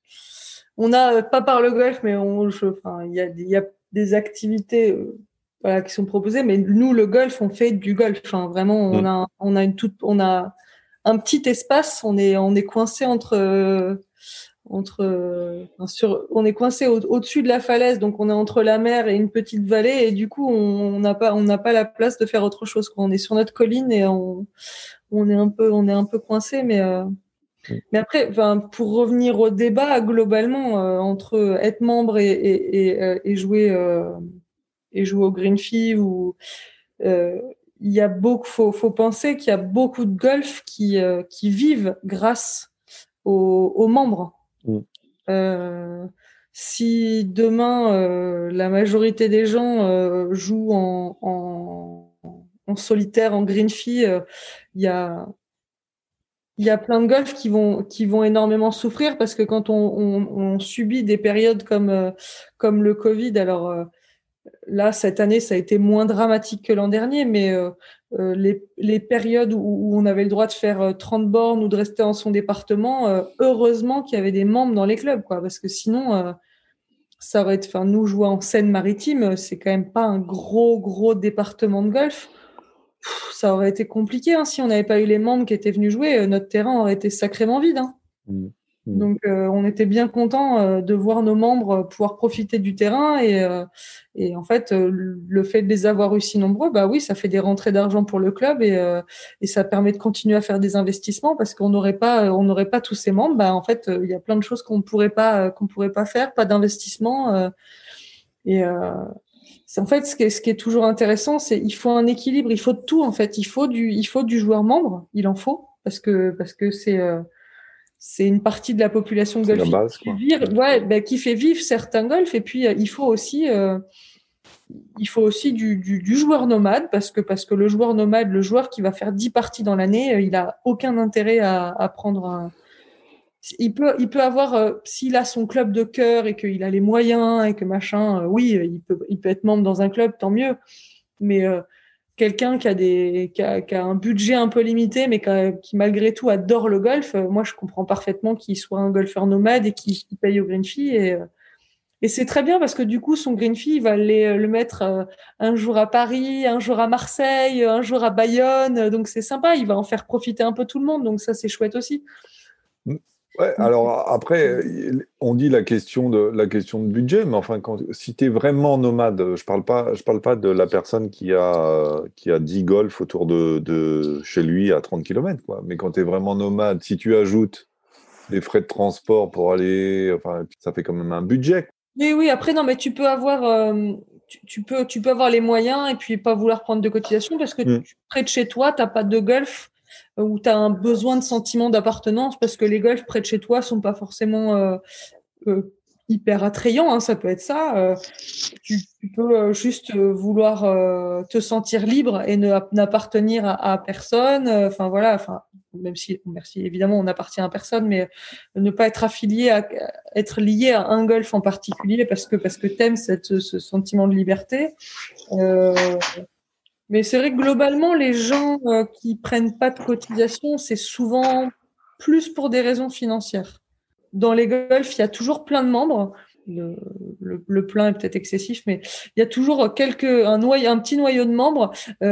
on a, pas par le golf, mais on, je, enfin, il y a, il y a des activités euh, voilà, qui sont proposées. Mais nous, le golf, on fait du golf. Enfin, vraiment, on Mm. a, on a une toute, on a un petit espace. On est, on est coincé entre, euh, entre, euh, sur, on est coincé au, au-dessus de la falaise, donc on est entre la mer et une petite vallée, et du coup, on n'a pas, on n'a pas la place de faire autre chose, quoi. On est sur notre colline et on, on est un peu, on est un peu coincé, mais. Euh, Mais après, enfin, pour revenir au débat, globalement, euh, entre être membre et, et, et, euh, et jouer euh, et jouer au green fee, ou euh, il y a beaucoup, faut, faut penser qu'il y a beaucoup de golf qui euh, qui vivent grâce aux, aux membres. Mm. Euh, si demain euh, la majorité des gens euh, jouent en, en, en solitaire, en green fee, euh, il y a Il y a plein de golfs qui vont qui vont énormément souffrir parce que quand on, on, on subit des périodes comme euh, comme le Covid, alors euh, là cette année ça a été moins dramatique que l'an dernier, mais euh, euh, les les périodes où, où on avait le droit de faire euh, trente bornes ou de rester dans son département, euh, heureusement qu'il y avait des membres dans les clubs, quoi, parce que sinon euh, ça aurait été, enfin nous jouer en Seine-Maritime, c'est quand même pas un gros gros département de golf. Ça aurait été compliqué, hein, si on n'avait pas eu les membres qui étaient venus jouer, euh, notre terrain aurait été sacrément vide, hein. Mm. Mm. Donc euh, on était bien content euh, de voir nos membres euh, pouvoir profiter du terrain, et, euh, et en fait euh, le fait de les avoir eu si nombreux, bah oui, ça fait des rentrées d'argent pour le club, et, euh, et ça permet de continuer à faire des investissements, parce qu'on n'aurait pas on n'aurait pas tous ces membres, bah en fait il euh, y a plein de choses qu'on pourrait pas euh, qu'on pourrait pas faire, pas d'investissement, euh, et euh, c'est en fait ce qui est, ce qui est toujours intéressant, c'est il faut un équilibre, il faut de tout en fait, il faut du il faut du joueur membre, il en faut, parce que parce que c'est euh, c'est une partie de la population C'est la golfique base, qui quoi. fait vivre, ouais, ben, qui fait vivre certains golfs, et puis euh, il faut aussi euh, il faut aussi du, du, du joueur nomade, parce que parce que le joueur nomade, le joueur qui va faire dix parties dans l'année, euh, il a aucun intérêt à, à prendre un il peut, il peut avoir, euh, s'il a son club de cœur et qu'il a les moyens et que machin, euh, oui, il peut, il peut être membre dans un club, tant mieux. Mais euh, quelqu'un qui a des, qui a, qui a un budget un peu limité, mais qui, a, qui malgré tout adore le golf, euh, moi je comprends parfaitement qu'il soit un golfeur nomade et qu'il, qu'il paye au green fee. Et, euh, et c'est très bien, parce que du coup, son green fee, il va les, le mettre euh, un jour à Paris, un jour à Marseille, un jour à Bayonne. Donc c'est sympa, il va en faire profiter un peu tout le monde. Donc ça, c'est chouette aussi. Ouais, alors après, on dit la question de la question de budget, mais enfin, quand, si tu es vraiment nomade, je parle pas, je parle pas de la personne qui a qui a dix golfs autour de, de chez lui à trente kilomètres, quoi. Mais quand tu es vraiment nomade, si tu ajoutes les frais de transport pour aller, enfin, ça fait quand même un budget. Oui, oui. Après, non, mais tu peux avoir, euh, tu, tu peux, tu peux avoir les moyens et puis pas vouloir prendre de cotisation, parce que Mm. tu- près de chez toi, t'as pas de golf, euh, où tu as un besoin de sentiment d'appartenance, parce que les golfs près de chez toi sont pas forcément euh, euh, hyper attrayants, hein, ça peut être ça. Euh, tu, tu peux euh, juste euh, vouloir euh, te sentir libre et ne n'appartenir à, à personne. Enfin voilà. Enfin, même si, merci, évidemment, on n'appartient à personne, mais ne pas être affilié à, être lié à un golf en particulier parce que, parce que t'aimes cette, ce sentiment de liberté. Euh, mais c'est vrai que globalement, les gens euh, qui prennent pas de cotisation, c'est souvent plus pour des raisons financières. Dans les golfs, il y a toujours plein de membres. Le, le, le plein est peut-être excessif, mais il y a toujours quelques, un, noyau, un petit noyau de membres,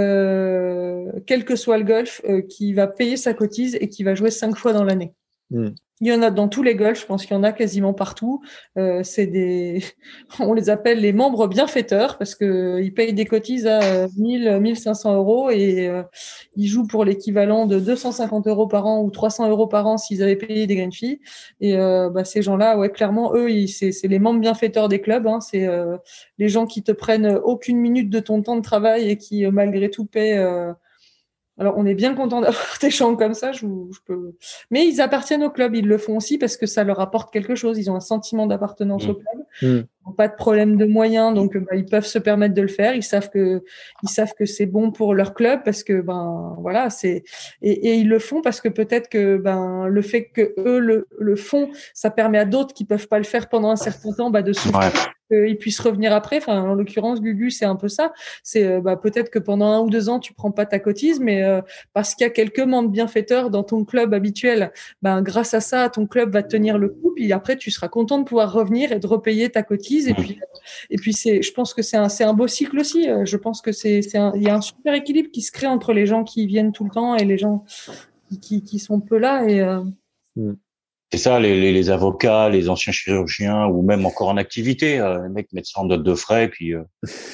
euh, quel que soit le golf, euh, qui va payer sa cotise et qui va jouer cinq fois dans l'année. Mmh. Il y en a dans tous les golfs, je pense qu'il y en a quasiment partout. Euh, c'est des, on les appelle les membres bienfaiteurs parce que ils payent des cotises à mille, mille cinq cents euros et euh, ils jouent pour l'équivalent de deux cent cinquante euros par an ou trois cents euros par an s'ils avaient payé des green fees. Et euh, bah, ces gens-là, ouais, clairement, eux, ils, c'est, c'est les membres bienfaiteurs des clubs. Hein, c'est euh, les gens qui te prennent aucune minute de ton temps de travail et qui, malgré tout, paient. Euh, Alors, on est bien content d'avoir des gens comme ça. Je, je peux... Mais ils appartiennent au club. Ils le font aussi parce que ça leur apporte quelque chose. Ils ont un sentiment d'appartenance mmh. au club. Mmh. Ils n'ont pas de problème de moyens, donc bah, ils peuvent se permettre de le faire. Ils savent que ils savent que c'est bon pour leur club parce que ben voilà, c'est et, et ils le font parce que peut-être que ben le fait que eux le, le font, ça permet à d'autres qui peuvent pas le faire pendant un certain temps bah, de souffrir. Ouais. Qu'ils puissent revenir après. Enfin, en l'occurrence, Gugu, c'est un peu ça. C'est bah, peut-être que pendant un ou deux ans, tu prends pas ta cotise, mais euh, parce qu'il y a quelques membres bienfaiteurs dans ton club habituel, ben grâce à ça, ton club va tenir le coup. Puis après, tu seras content de pouvoir revenir et de repayer ta cotise. Et puis, et puis c'est. Je pense que c'est un, c'est un beau cycle aussi. Je pense que c'est, c'est un, il y a un super équilibre qui se crée entre les gens qui viennent tout le temps et les gens qui, qui, qui sont peu là. Et euh... C'est ça, les, les, les avocats, les anciens chirurgiens ou même encore en activité, euh, les mecs mettent ça en note de frais, puis euh,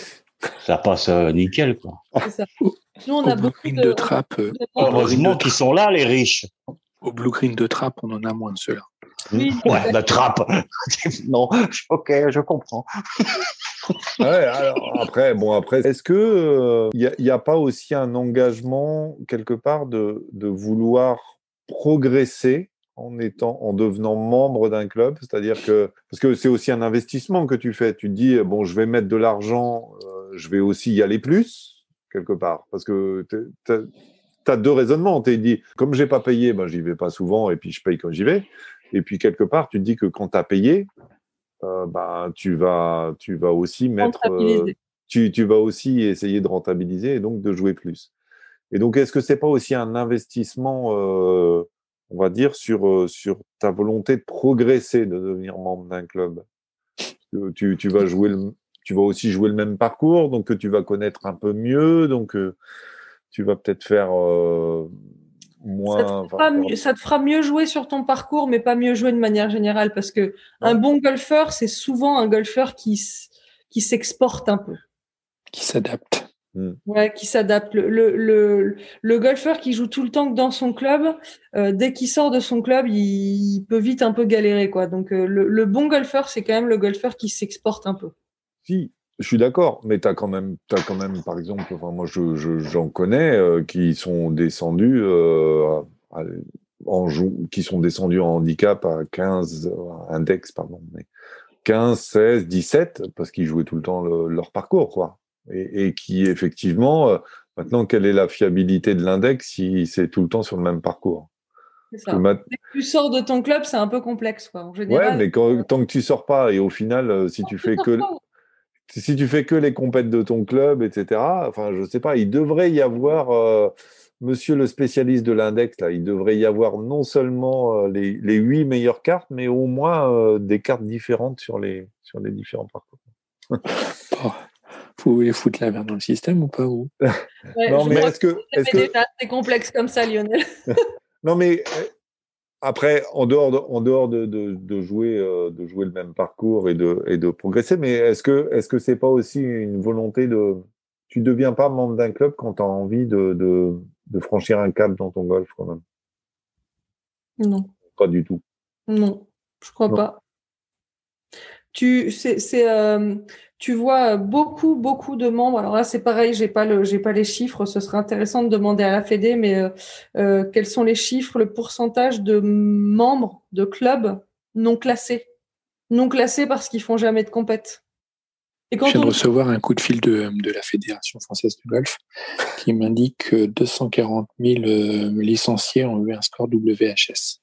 ça passe euh, nickel, quoi. C'est ça. Nous, on a beaucoup de, de trappe. De... Heureusement qu'ils sont là, les riches. Au Blue Green de trappe, on en a moins de ceux-là. Oui, ouais, la trappe. Non, ok, je comprends. Ouais, alors après, bon après, est-ce que il euh, n'y a, a pas aussi un engagement quelque part de, de vouloir progresser en étant, en devenant membre d'un club, c'est-à-dire que parce que c'est aussi un investissement que tu fais. Tu te dis bon, je vais mettre de l'argent, euh, je vais aussi y aller plus quelque part, parce que tu as deux raisonnements. Tu dit comme j'ai pas payé, ben j'y vais pas souvent et puis je paye quand j'y vais. Et puis quelque part, tu te dis que quand tu as payé, euh, bah tu vas, tu vas aussi mettre, euh, tu, tu vas aussi essayer de rentabiliser et donc de jouer plus. Et donc, est-ce que c'est pas aussi un investissement euh, on va dire, sur, euh, sur ta volonté de progresser, de devenir membre d'un club. Tu, tu, vas jouer le, tu vas aussi jouer le même parcours, donc tu vas connaître un peu mieux, donc euh, tu vas peut-être faire euh, moins... Ça te, fera mieux, ça te fera mieux jouer sur ton parcours, mais pas mieux jouer de manière générale, parce que ouais. un bon golfeur, c'est souvent un golfeur qui, qui s'exporte un peu. Qui s'adapte. Ouais, qui s'adapte. Le, le, le, le golfeur qui joue tout le temps que dans son club, euh, dès qu'il sort de son club, il, il peut vite un peu galérer, quoi. Donc, euh, le, le bon golfeur, c'est quand même le golfeur qui s'exporte un peu. Si, je suis d'accord, mais t'as quand même, t'as quand même, par exemple, enfin, moi, je, je, j'en connais euh, qui sont descendus euh, à, en jou- qui sont descendus en handicap à quinze, index, pardon, mais quinze, seize, dix-sept, parce qu'ils jouaient tout le temps le, leur parcours, quoi. Et, et qui, effectivement, euh, maintenant, quelle est la fiabilité de l'index si c'est tout le temps sur le même parcours? C'est ça. Ma... Dès que tu sors de ton club, c'est un peu complexe, quoi. En général, ouais, mais quand, euh... tant que tu sors pas, et au final, euh, si tu fais que... Pas. Si tu fais que les compètes de ton club, et cetera, enfin, je sais pas, il devrait y avoir, euh, monsieur le spécialiste de l'index, là, il devrait y avoir non seulement euh, les, les huit meilleures cartes, mais au moins euh, des cartes différentes sur les, sur les différents parcours. Oh. Vous voulez foutre la merde dans le système ou pas vous ouais, non, mais est-ce que, est-ce que... déjà, c'est complexe comme ça, Lionel. Non, mais après, en dehors de, en dehors de, de, de jouer, euh, de jouer le même parcours et de, et de progresser, mais est-ce que, est-ce que c'est pas aussi une volonté de, tu deviens pas membre d'un club quand tu as envie de, de, de franchir un cap dans ton golf quand même? Non. Pas du tout. Non, je crois non. pas. Tu, c'est, c'est, euh, tu vois beaucoup, beaucoup de membres. Alors là, c'est pareil, j'ai pas le, j'ai pas les chiffres. Ce serait intéressant de demander à la Fédé, mais euh, euh, quels sont les chiffres, le pourcentage de membres de clubs non classés, non classés parce qu'ils font jamais de compète. Et quand Je viens de on... recevoir un coup de fil de, de la Fédération française de golf qui m'indique que deux cent quarante mille euh, licenciés ont eu un score W H S.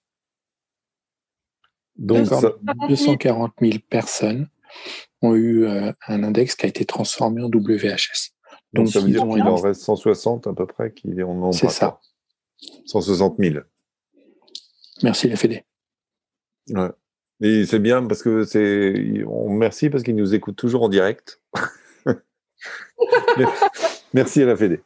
Donc, ça... deux cent quarante mille personnes ont eu euh, un index qui a été transformé en W H S. Donc, Donc ça veut dire qu'il en eu... reste cent soixante à peu près qui en ont C'est pas. ça. Quoi. cent soixante mille. Merci la Fédé. Ouais. Et c'est bien parce que c'est. On merci parce qu'ils nous écoutent toujours en direct. Merci à la Fédé.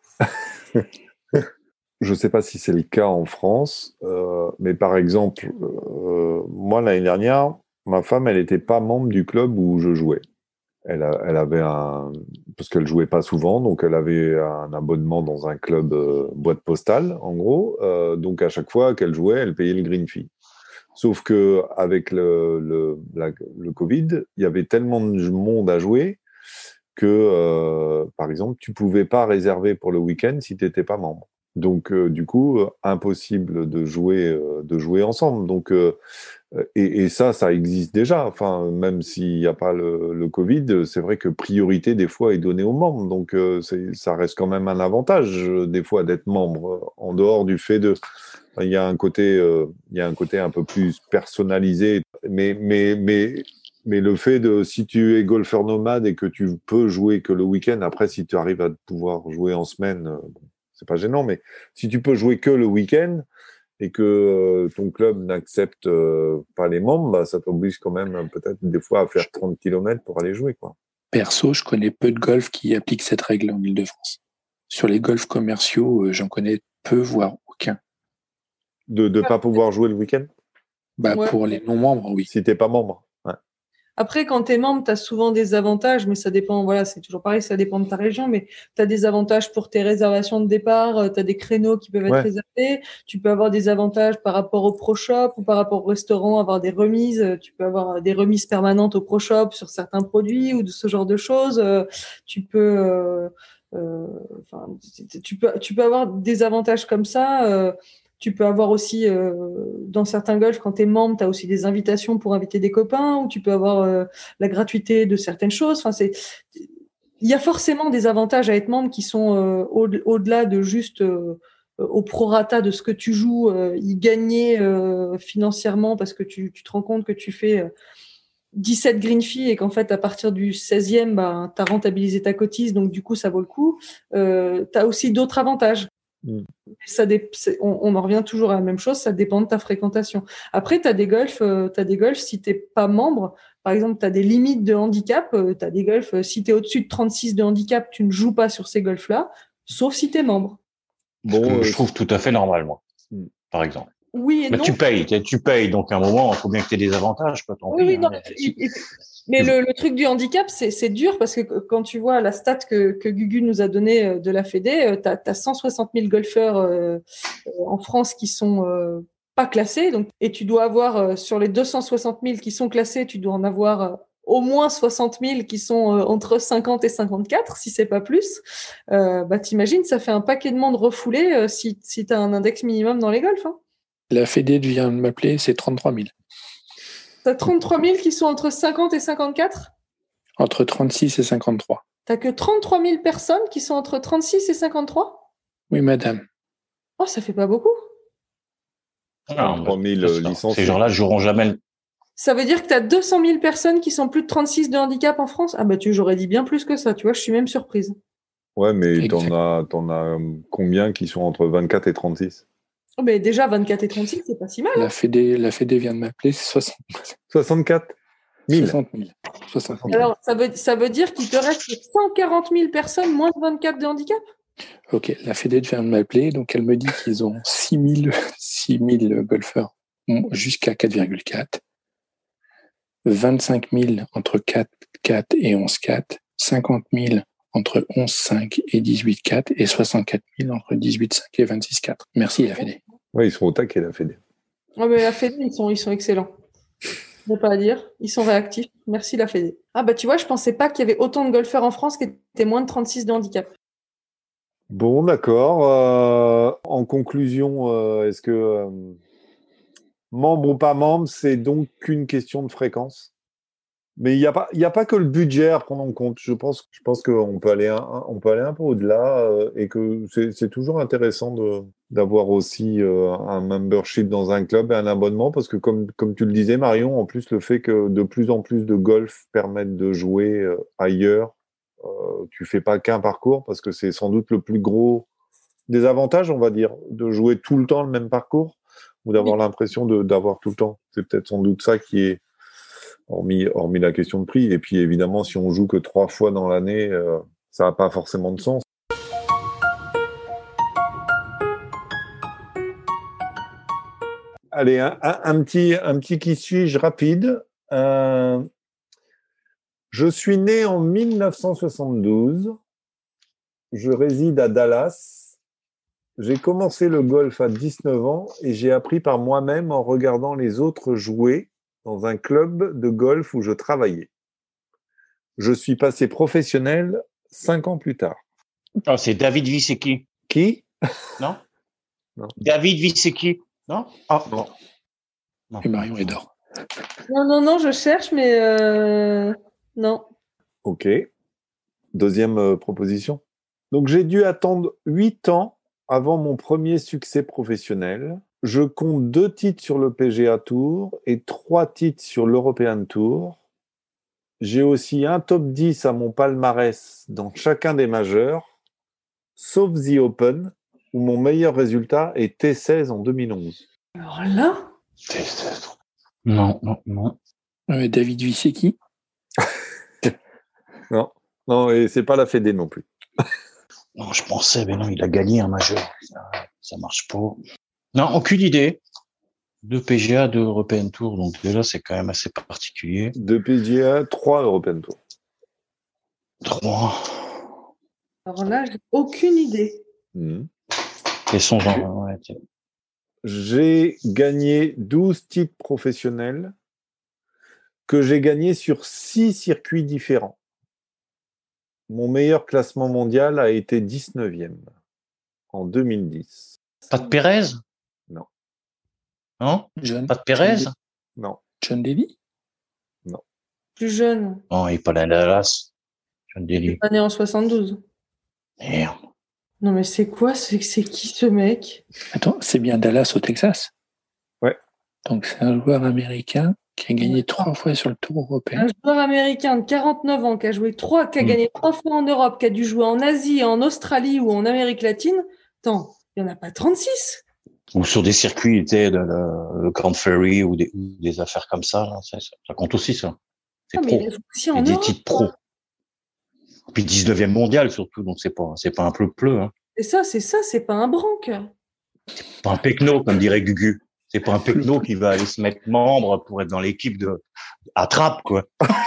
Je ne sais pas si c'est le cas en France, euh, mais par exemple, euh, moi l'année dernière, ma femme, elle n'était pas membre du club où je jouais. Elle, a, elle avait un, parce qu'elle jouait pas souvent, donc elle avait un abonnement dans un club euh, boîte postale, en gros. Euh, donc à chaque fois qu'elle jouait, elle payait le green fee. Sauf que avec le, le, la, le Covid, il y avait tellement de monde à jouer que, euh, par exemple, tu pouvais pas réserver pour le week-end si tu n'étais pas membre. Donc, euh, du coup, euh, impossible de jouer, euh, de jouer ensemble. Donc, euh, et, et ça, ça existe déjà. Enfin, même s'il n'y a pas le, le Covid, c'est vrai que priorité, des fois, est donnée aux membres. Donc, euh, c'est, ça reste quand même un avantage, euh, des fois, d'être membre, en dehors du fait de... Il y a un côté, euh, il y a un côté un peu plus personnalisé. Mais, mais, mais, mais le fait de, si tu es golfeur nomade et que tu peux jouer que le week-end, après, si tu arrives à pouvoir jouer en semaine, euh, bon, c'est pas gênant, mais si tu peux jouer que le week-end et que euh, ton club n'accepte euh, pas les membres, bah, ça t'oblige quand même euh, peut-être des fois à faire trente kilomètres pour aller jouer, quoi. Perso, je connais peu de golf qui appliquent cette règle en Île-de-France. Sur les golfs commerciaux, euh, j'en connais peu, voire aucun. De ne pas pouvoir jouer le week-end? Bah, Ouais. pour les non-membres, oui. Si t'es pas membre. Ouais. Après, quand tu es membre, tu as souvent des avantages, mais ça dépend, voilà, c'est toujours pareil, ça dépend de ta région, mais tu as des avantages pour tes réservations de départ, tu as des créneaux qui peuvent être Ouais. réservés, tu peux avoir des avantages par rapport au Pro Shop ou par rapport au restaurant, avoir des remises, tu peux avoir des remises permanentes au Pro Shop sur certains produits ou de ce genre de choses. Tu peux, euh, euh, enfin, tu peux, tu peux avoir des avantages comme ça. Euh, Tu peux avoir aussi, euh, dans certains golfs, quand tu es membre, tu as aussi des invitations pour inviter des copains, ou tu peux avoir euh, la gratuité de certaines choses. Enfin, c'est... Il y a forcément des avantages à être membre qui sont euh, au- au-delà de juste euh, au prorata de ce que tu joues, euh, y gagner euh, financièrement parce que tu, tu te rends compte que tu fais euh, dix-sept green fees et qu'en fait, à partir du seizième, bah, tu as rentabilisé ta cotise, donc du coup, ça vaut le coup. Euh, tu as aussi d'autres avantages. Mm. Ça dé- on, on en revient toujours à la même chose, ça dépend de ta fréquentation. Après, tu as des golfs, euh, t'as des golfs, si tu n'es pas membre, par exemple, tu as des limites de handicap, euh, tu as des golfs, euh, si tu es au-dessus de trente-six de handicap, tu ne joues pas sur ces golfs-là, sauf si tu es membre. Bon, Ce que euh, je trouve tout à fait normal, moi, mm. par exemple. Oui et mais non. Tu payes, tu payes, donc à un moment, il faut bien que tu aies des avantages. Quoi, oui, oui, hein, non, mais il, il, mais le, le truc du handicap, c'est, c'est dur parce que quand tu vois la stat que, que Gugu nous a donnée de la Fédé, tu as cent soixante mille golfeurs euh, en France qui sont euh, pas classés. Donc, et tu dois avoir, euh, sur les deux cent soixante mille qui sont classés, tu dois en avoir euh, au moins soixante mille qui sont euh, entre cinquante et cinquante-quatre, si c'est pas plus. Euh, bah, t'imagines, ça fait un paquet de monde refoulé euh, si, si tu as un index minimum dans les golfs. Hein. La Fédé vient de m'appeler, c'est trente-trois mille. T'as trente-trois mille qui sont entre cinquante et cinquante-quatre? Entre trente-six et cinquante-trois. T'as que trente-trois mille personnes qui sont entre trente-six et cinquante-trois? Oui, madame. Oh, ça fait pas beaucoup. Ah, trente-trois mille euh, licenciés. Ces gens-là ne joueront jamais. Ça veut dire que tu as deux cent mille personnes qui sont plus de trente-six de handicap en France? Ah bah tu j'aurais dit bien plus que ça, tu vois, je suis même surprise. Ouais, mais t'en as, t'en as combien qui sont entre vingt-quatre et trente-six? Oh, mais déjà, vingt-quatre et trente-six, c'est pas si mal. La hein. Fédé, la Fédé vient de m'appeler, c'est soixante... soixante-quatre mille. soixante mille. soixante mille. Alors, ça veut, ça veut dire qu'il te reste cent quarante mille personnes moins de vingt-quatre de handicap? Ok, la Fédé vient de m'appeler, donc elle me dit qu'ils ont six mille golfeurs jusqu'à quatre virgule quatre, vingt-cinq mille entre quatre virgule quatre et onze virgule quatre, cinquante mille entre onze virgule cinq et dix-huit virgule quatre et soixante-quatre mille entre dix-huit virgule cinq et vingt-six virgule quatre. Merci la Fédé. Oui, ils sont au taquet, la Fédé. Oh, mais la Fédé, ils sont, ils sont excellents. Je n'ai pas à dire. Ils sont réactifs. Merci la Fédé. Ah bah tu vois, je pensais pas qu'il y avait autant de golfeurs en France qui étaient moins de trente-six de handicap. Bon, d'accord. Euh, en conclusion, euh, est-ce que euh, membre ou pas membre, c'est donc qu'une question de fréquence? Mais il n'y a pas, il y a pas que le budget à prendre en compte. Je pense, je pense qu'on peut aller un, on peut aller un peu au-delà euh, et que c'est, c'est toujours intéressant de, d'avoir aussi euh, un membership dans un club et un abonnement parce que comme, comme tu le disais, Marion, en plus, le fait que de plus en plus de golf permettent de jouer euh, ailleurs, euh, tu fais pas qu'un parcours parce que c'est sans doute le plus gros des avantages, on va dire, de jouer tout le temps le même parcours ou d'avoir oui. l'impression de, d'avoir tout le temps. C'est peut-être sans doute ça qui est Hormis, hormis la question de prix. Et puis, évidemment, si on joue que trois fois dans l'année, euh, ça n'a pas forcément de sens. Allez, un, un, un, petit, un petit qui suis-je rapide. Euh, je suis né en mille neuf cent soixante-douze. Je réside à Dallas. J'ai commencé le golf à dix-neuf ans et j'ai appris par moi-même en regardant les autres jouer dans un club de golf où je travaillais. Je suis passé professionnel cinq ans plus tard. Oh, c'est David Vicecki. Qui? Non? Non. David Vicecki. Non? Ah, non. non. Et Marion est d'or. Non, non, non, je cherche, mais euh... non. Ok. Deuxième euh, proposition. Donc, j'ai dû attendre huit ans avant mon premier succès professionnel. Je compte deux titres sur le P G A Tour et trois titres sur l'European Tour. J'ai aussi un top dix à mon palmarès dans chacun des majeurs, sauf The Open, où mon meilleur résultat est T seize en deux mille onze. Alors là T seize. Non, non, non. Euh, David Vicecki. Non, non, et c'est pas la Fédé non plus. Non, je pensais, mais non, il a gagné un majeur. Ça, ça marche pas. Non, aucune idée. Deux P G A, deux European Tour, donc déjà c'est quand même assez particulier. Deux P G A, trois European Tour. Trois. Alors là, j'ai aucune idée. Mmh. Quels sont genre, ouais, j'ai gagné douze titres professionnels que j'ai gagnés sur six circuits différents. Mon meilleur classement mondial a été dix-neuvième en deux mille dix. Pas de Pérez? Non. Non? John. Pas de Pérez? John non. John Daly? Non. Plus jeune. Non, il n'est pas là à Dallas. John Daly. Il n'est pas né en soixante-douze. Merde. Non, mais c'est quoi? C'est, c'est qui ce mec? Attends, c'est bien Dallas au Texas? Ouais. Donc c'est un joueur américain qui a gagné trois fois sur le Tour européen. Un joueur américain de quarante-neuf ans qui a joué trois, qui a mmh. gagné trois fois en Europe, qui a dû jouer en Asie, en Australie ou en Amérique latine. Attends, il n'y en a pas trente-six. Ou sur des circuits, tu sais, de, de, de Grand Ferry ou des, des affaires comme ça, là, ça, ça compte aussi, ça. C'est ah, pro. Mais aussi en Et Europe, des titres pro. Puis dix-neuvième mondial surtout, donc c'est pas, c'est pas un pleu-pleu. Hein. Et ça, c'est ça, c'est pas un branque. C'est pas un pecno, comme dirait Gugu. C'est pas un pecno qui va aller se mettre membre pour être dans l'équipe de Attrape, quoi.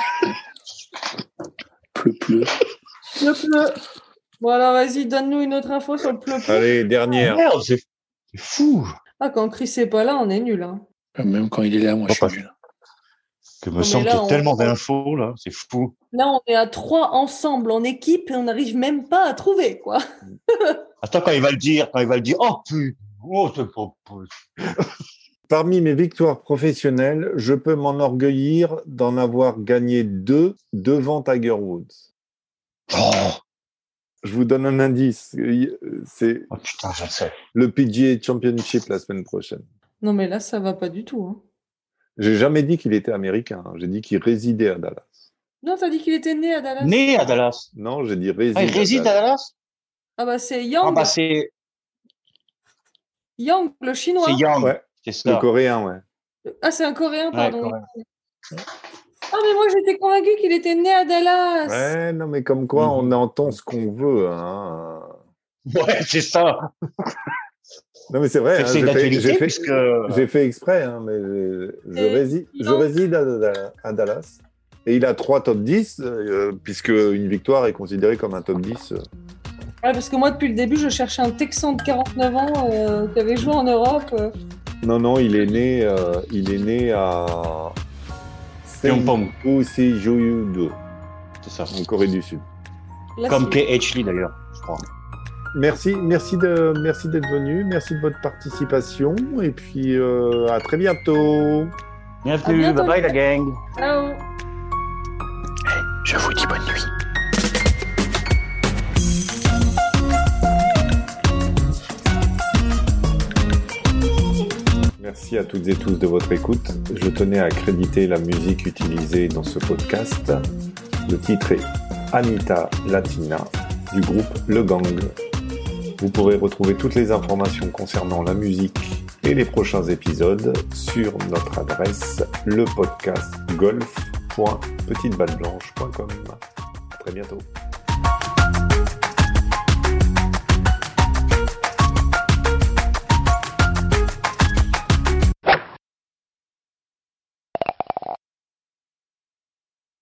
Pleu-pleu. Pleu-pleu. Bon, alors vas-y, donne-nous une autre info sur le pleu-pleu. Allez, dernière. Oh, merde, c'est, c'est fou. Ah, quand Chris n'est pas là, on est nul. Hein. Même quand il est là, moi, oh, je suis nul. Que me semble qu'il y a on... tellement d'infos, là, c'est fou. Là, on est à trois ensemble en équipe et on n'arrive même pas à trouver, quoi. Attends, quand il va le dire, quand il va le dire, oh putain, oh, c'est pas... Parmi mes victoires professionnelles, je peux m'enorgueillir d'en avoir gagné deux devant Tiger Woods. Oh. Je vous donne un indice. C'est oh, putain, j'en sais. Le P G A Championship la semaine prochaine. Non, mais là, ça va pas du tout. Hein. J'ai jamais dit qu'il était américain. Hein. J'ai dit qu'il résidait à Dallas. Non, t'as dit qu'il était né à Dallas. Né à Dallas. Non, j'ai dit réside. Ah, il réside à Dallas. à Dallas. Ah bah c'est Yang. Ah bah c'est Yang, le chinois. C'est Yang. Ouais. C'est ça. Le coréen, ouais. Ah, c'est un coréen, pardon. Ouais, coréen. Ah, mais moi, j'étais convaincu qu'il était né à Dallas. Ouais, non, mais comme quoi, mmh. on entend ce qu'on veut. Hein. Ouais, c'est ça. Non, mais c'est vrai. C'est, hein, c'est j'ai, fait, j'ai, fait, puisque... j'ai fait exprès, hein, mais je, je, réside, je réside à, à Dallas. Et il a trois top dix, euh, puisque une victoire est considérée comme un top dix. Euh. Ouais, parce que moi, depuis le début, je cherchais un Texan de quarante-neuf ans euh, qui avait joué en Europe. Euh. Non, non, il est né, euh, il est né à Senju Seiyuu-do. C'est ça. En Corée du Sud. Là, comme Kei H. Lee, d'ailleurs, je crois. Merci, merci, de, merci d'être venu, merci de votre participation, et puis euh, à très bientôt. Bienvenue, bye bye la gang. Ciao. Merci à toutes et tous de votre écoute. Je tenais à créditer la musique utilisée dans ce podcast. Le titre est Anita Latina du groupe Le Gang. Vous pourrez retrouver toutes les informations concernant la musique et les prochains épisodes sur notre adresse le podcast golf point petite balle blanche point com. À très bientôt.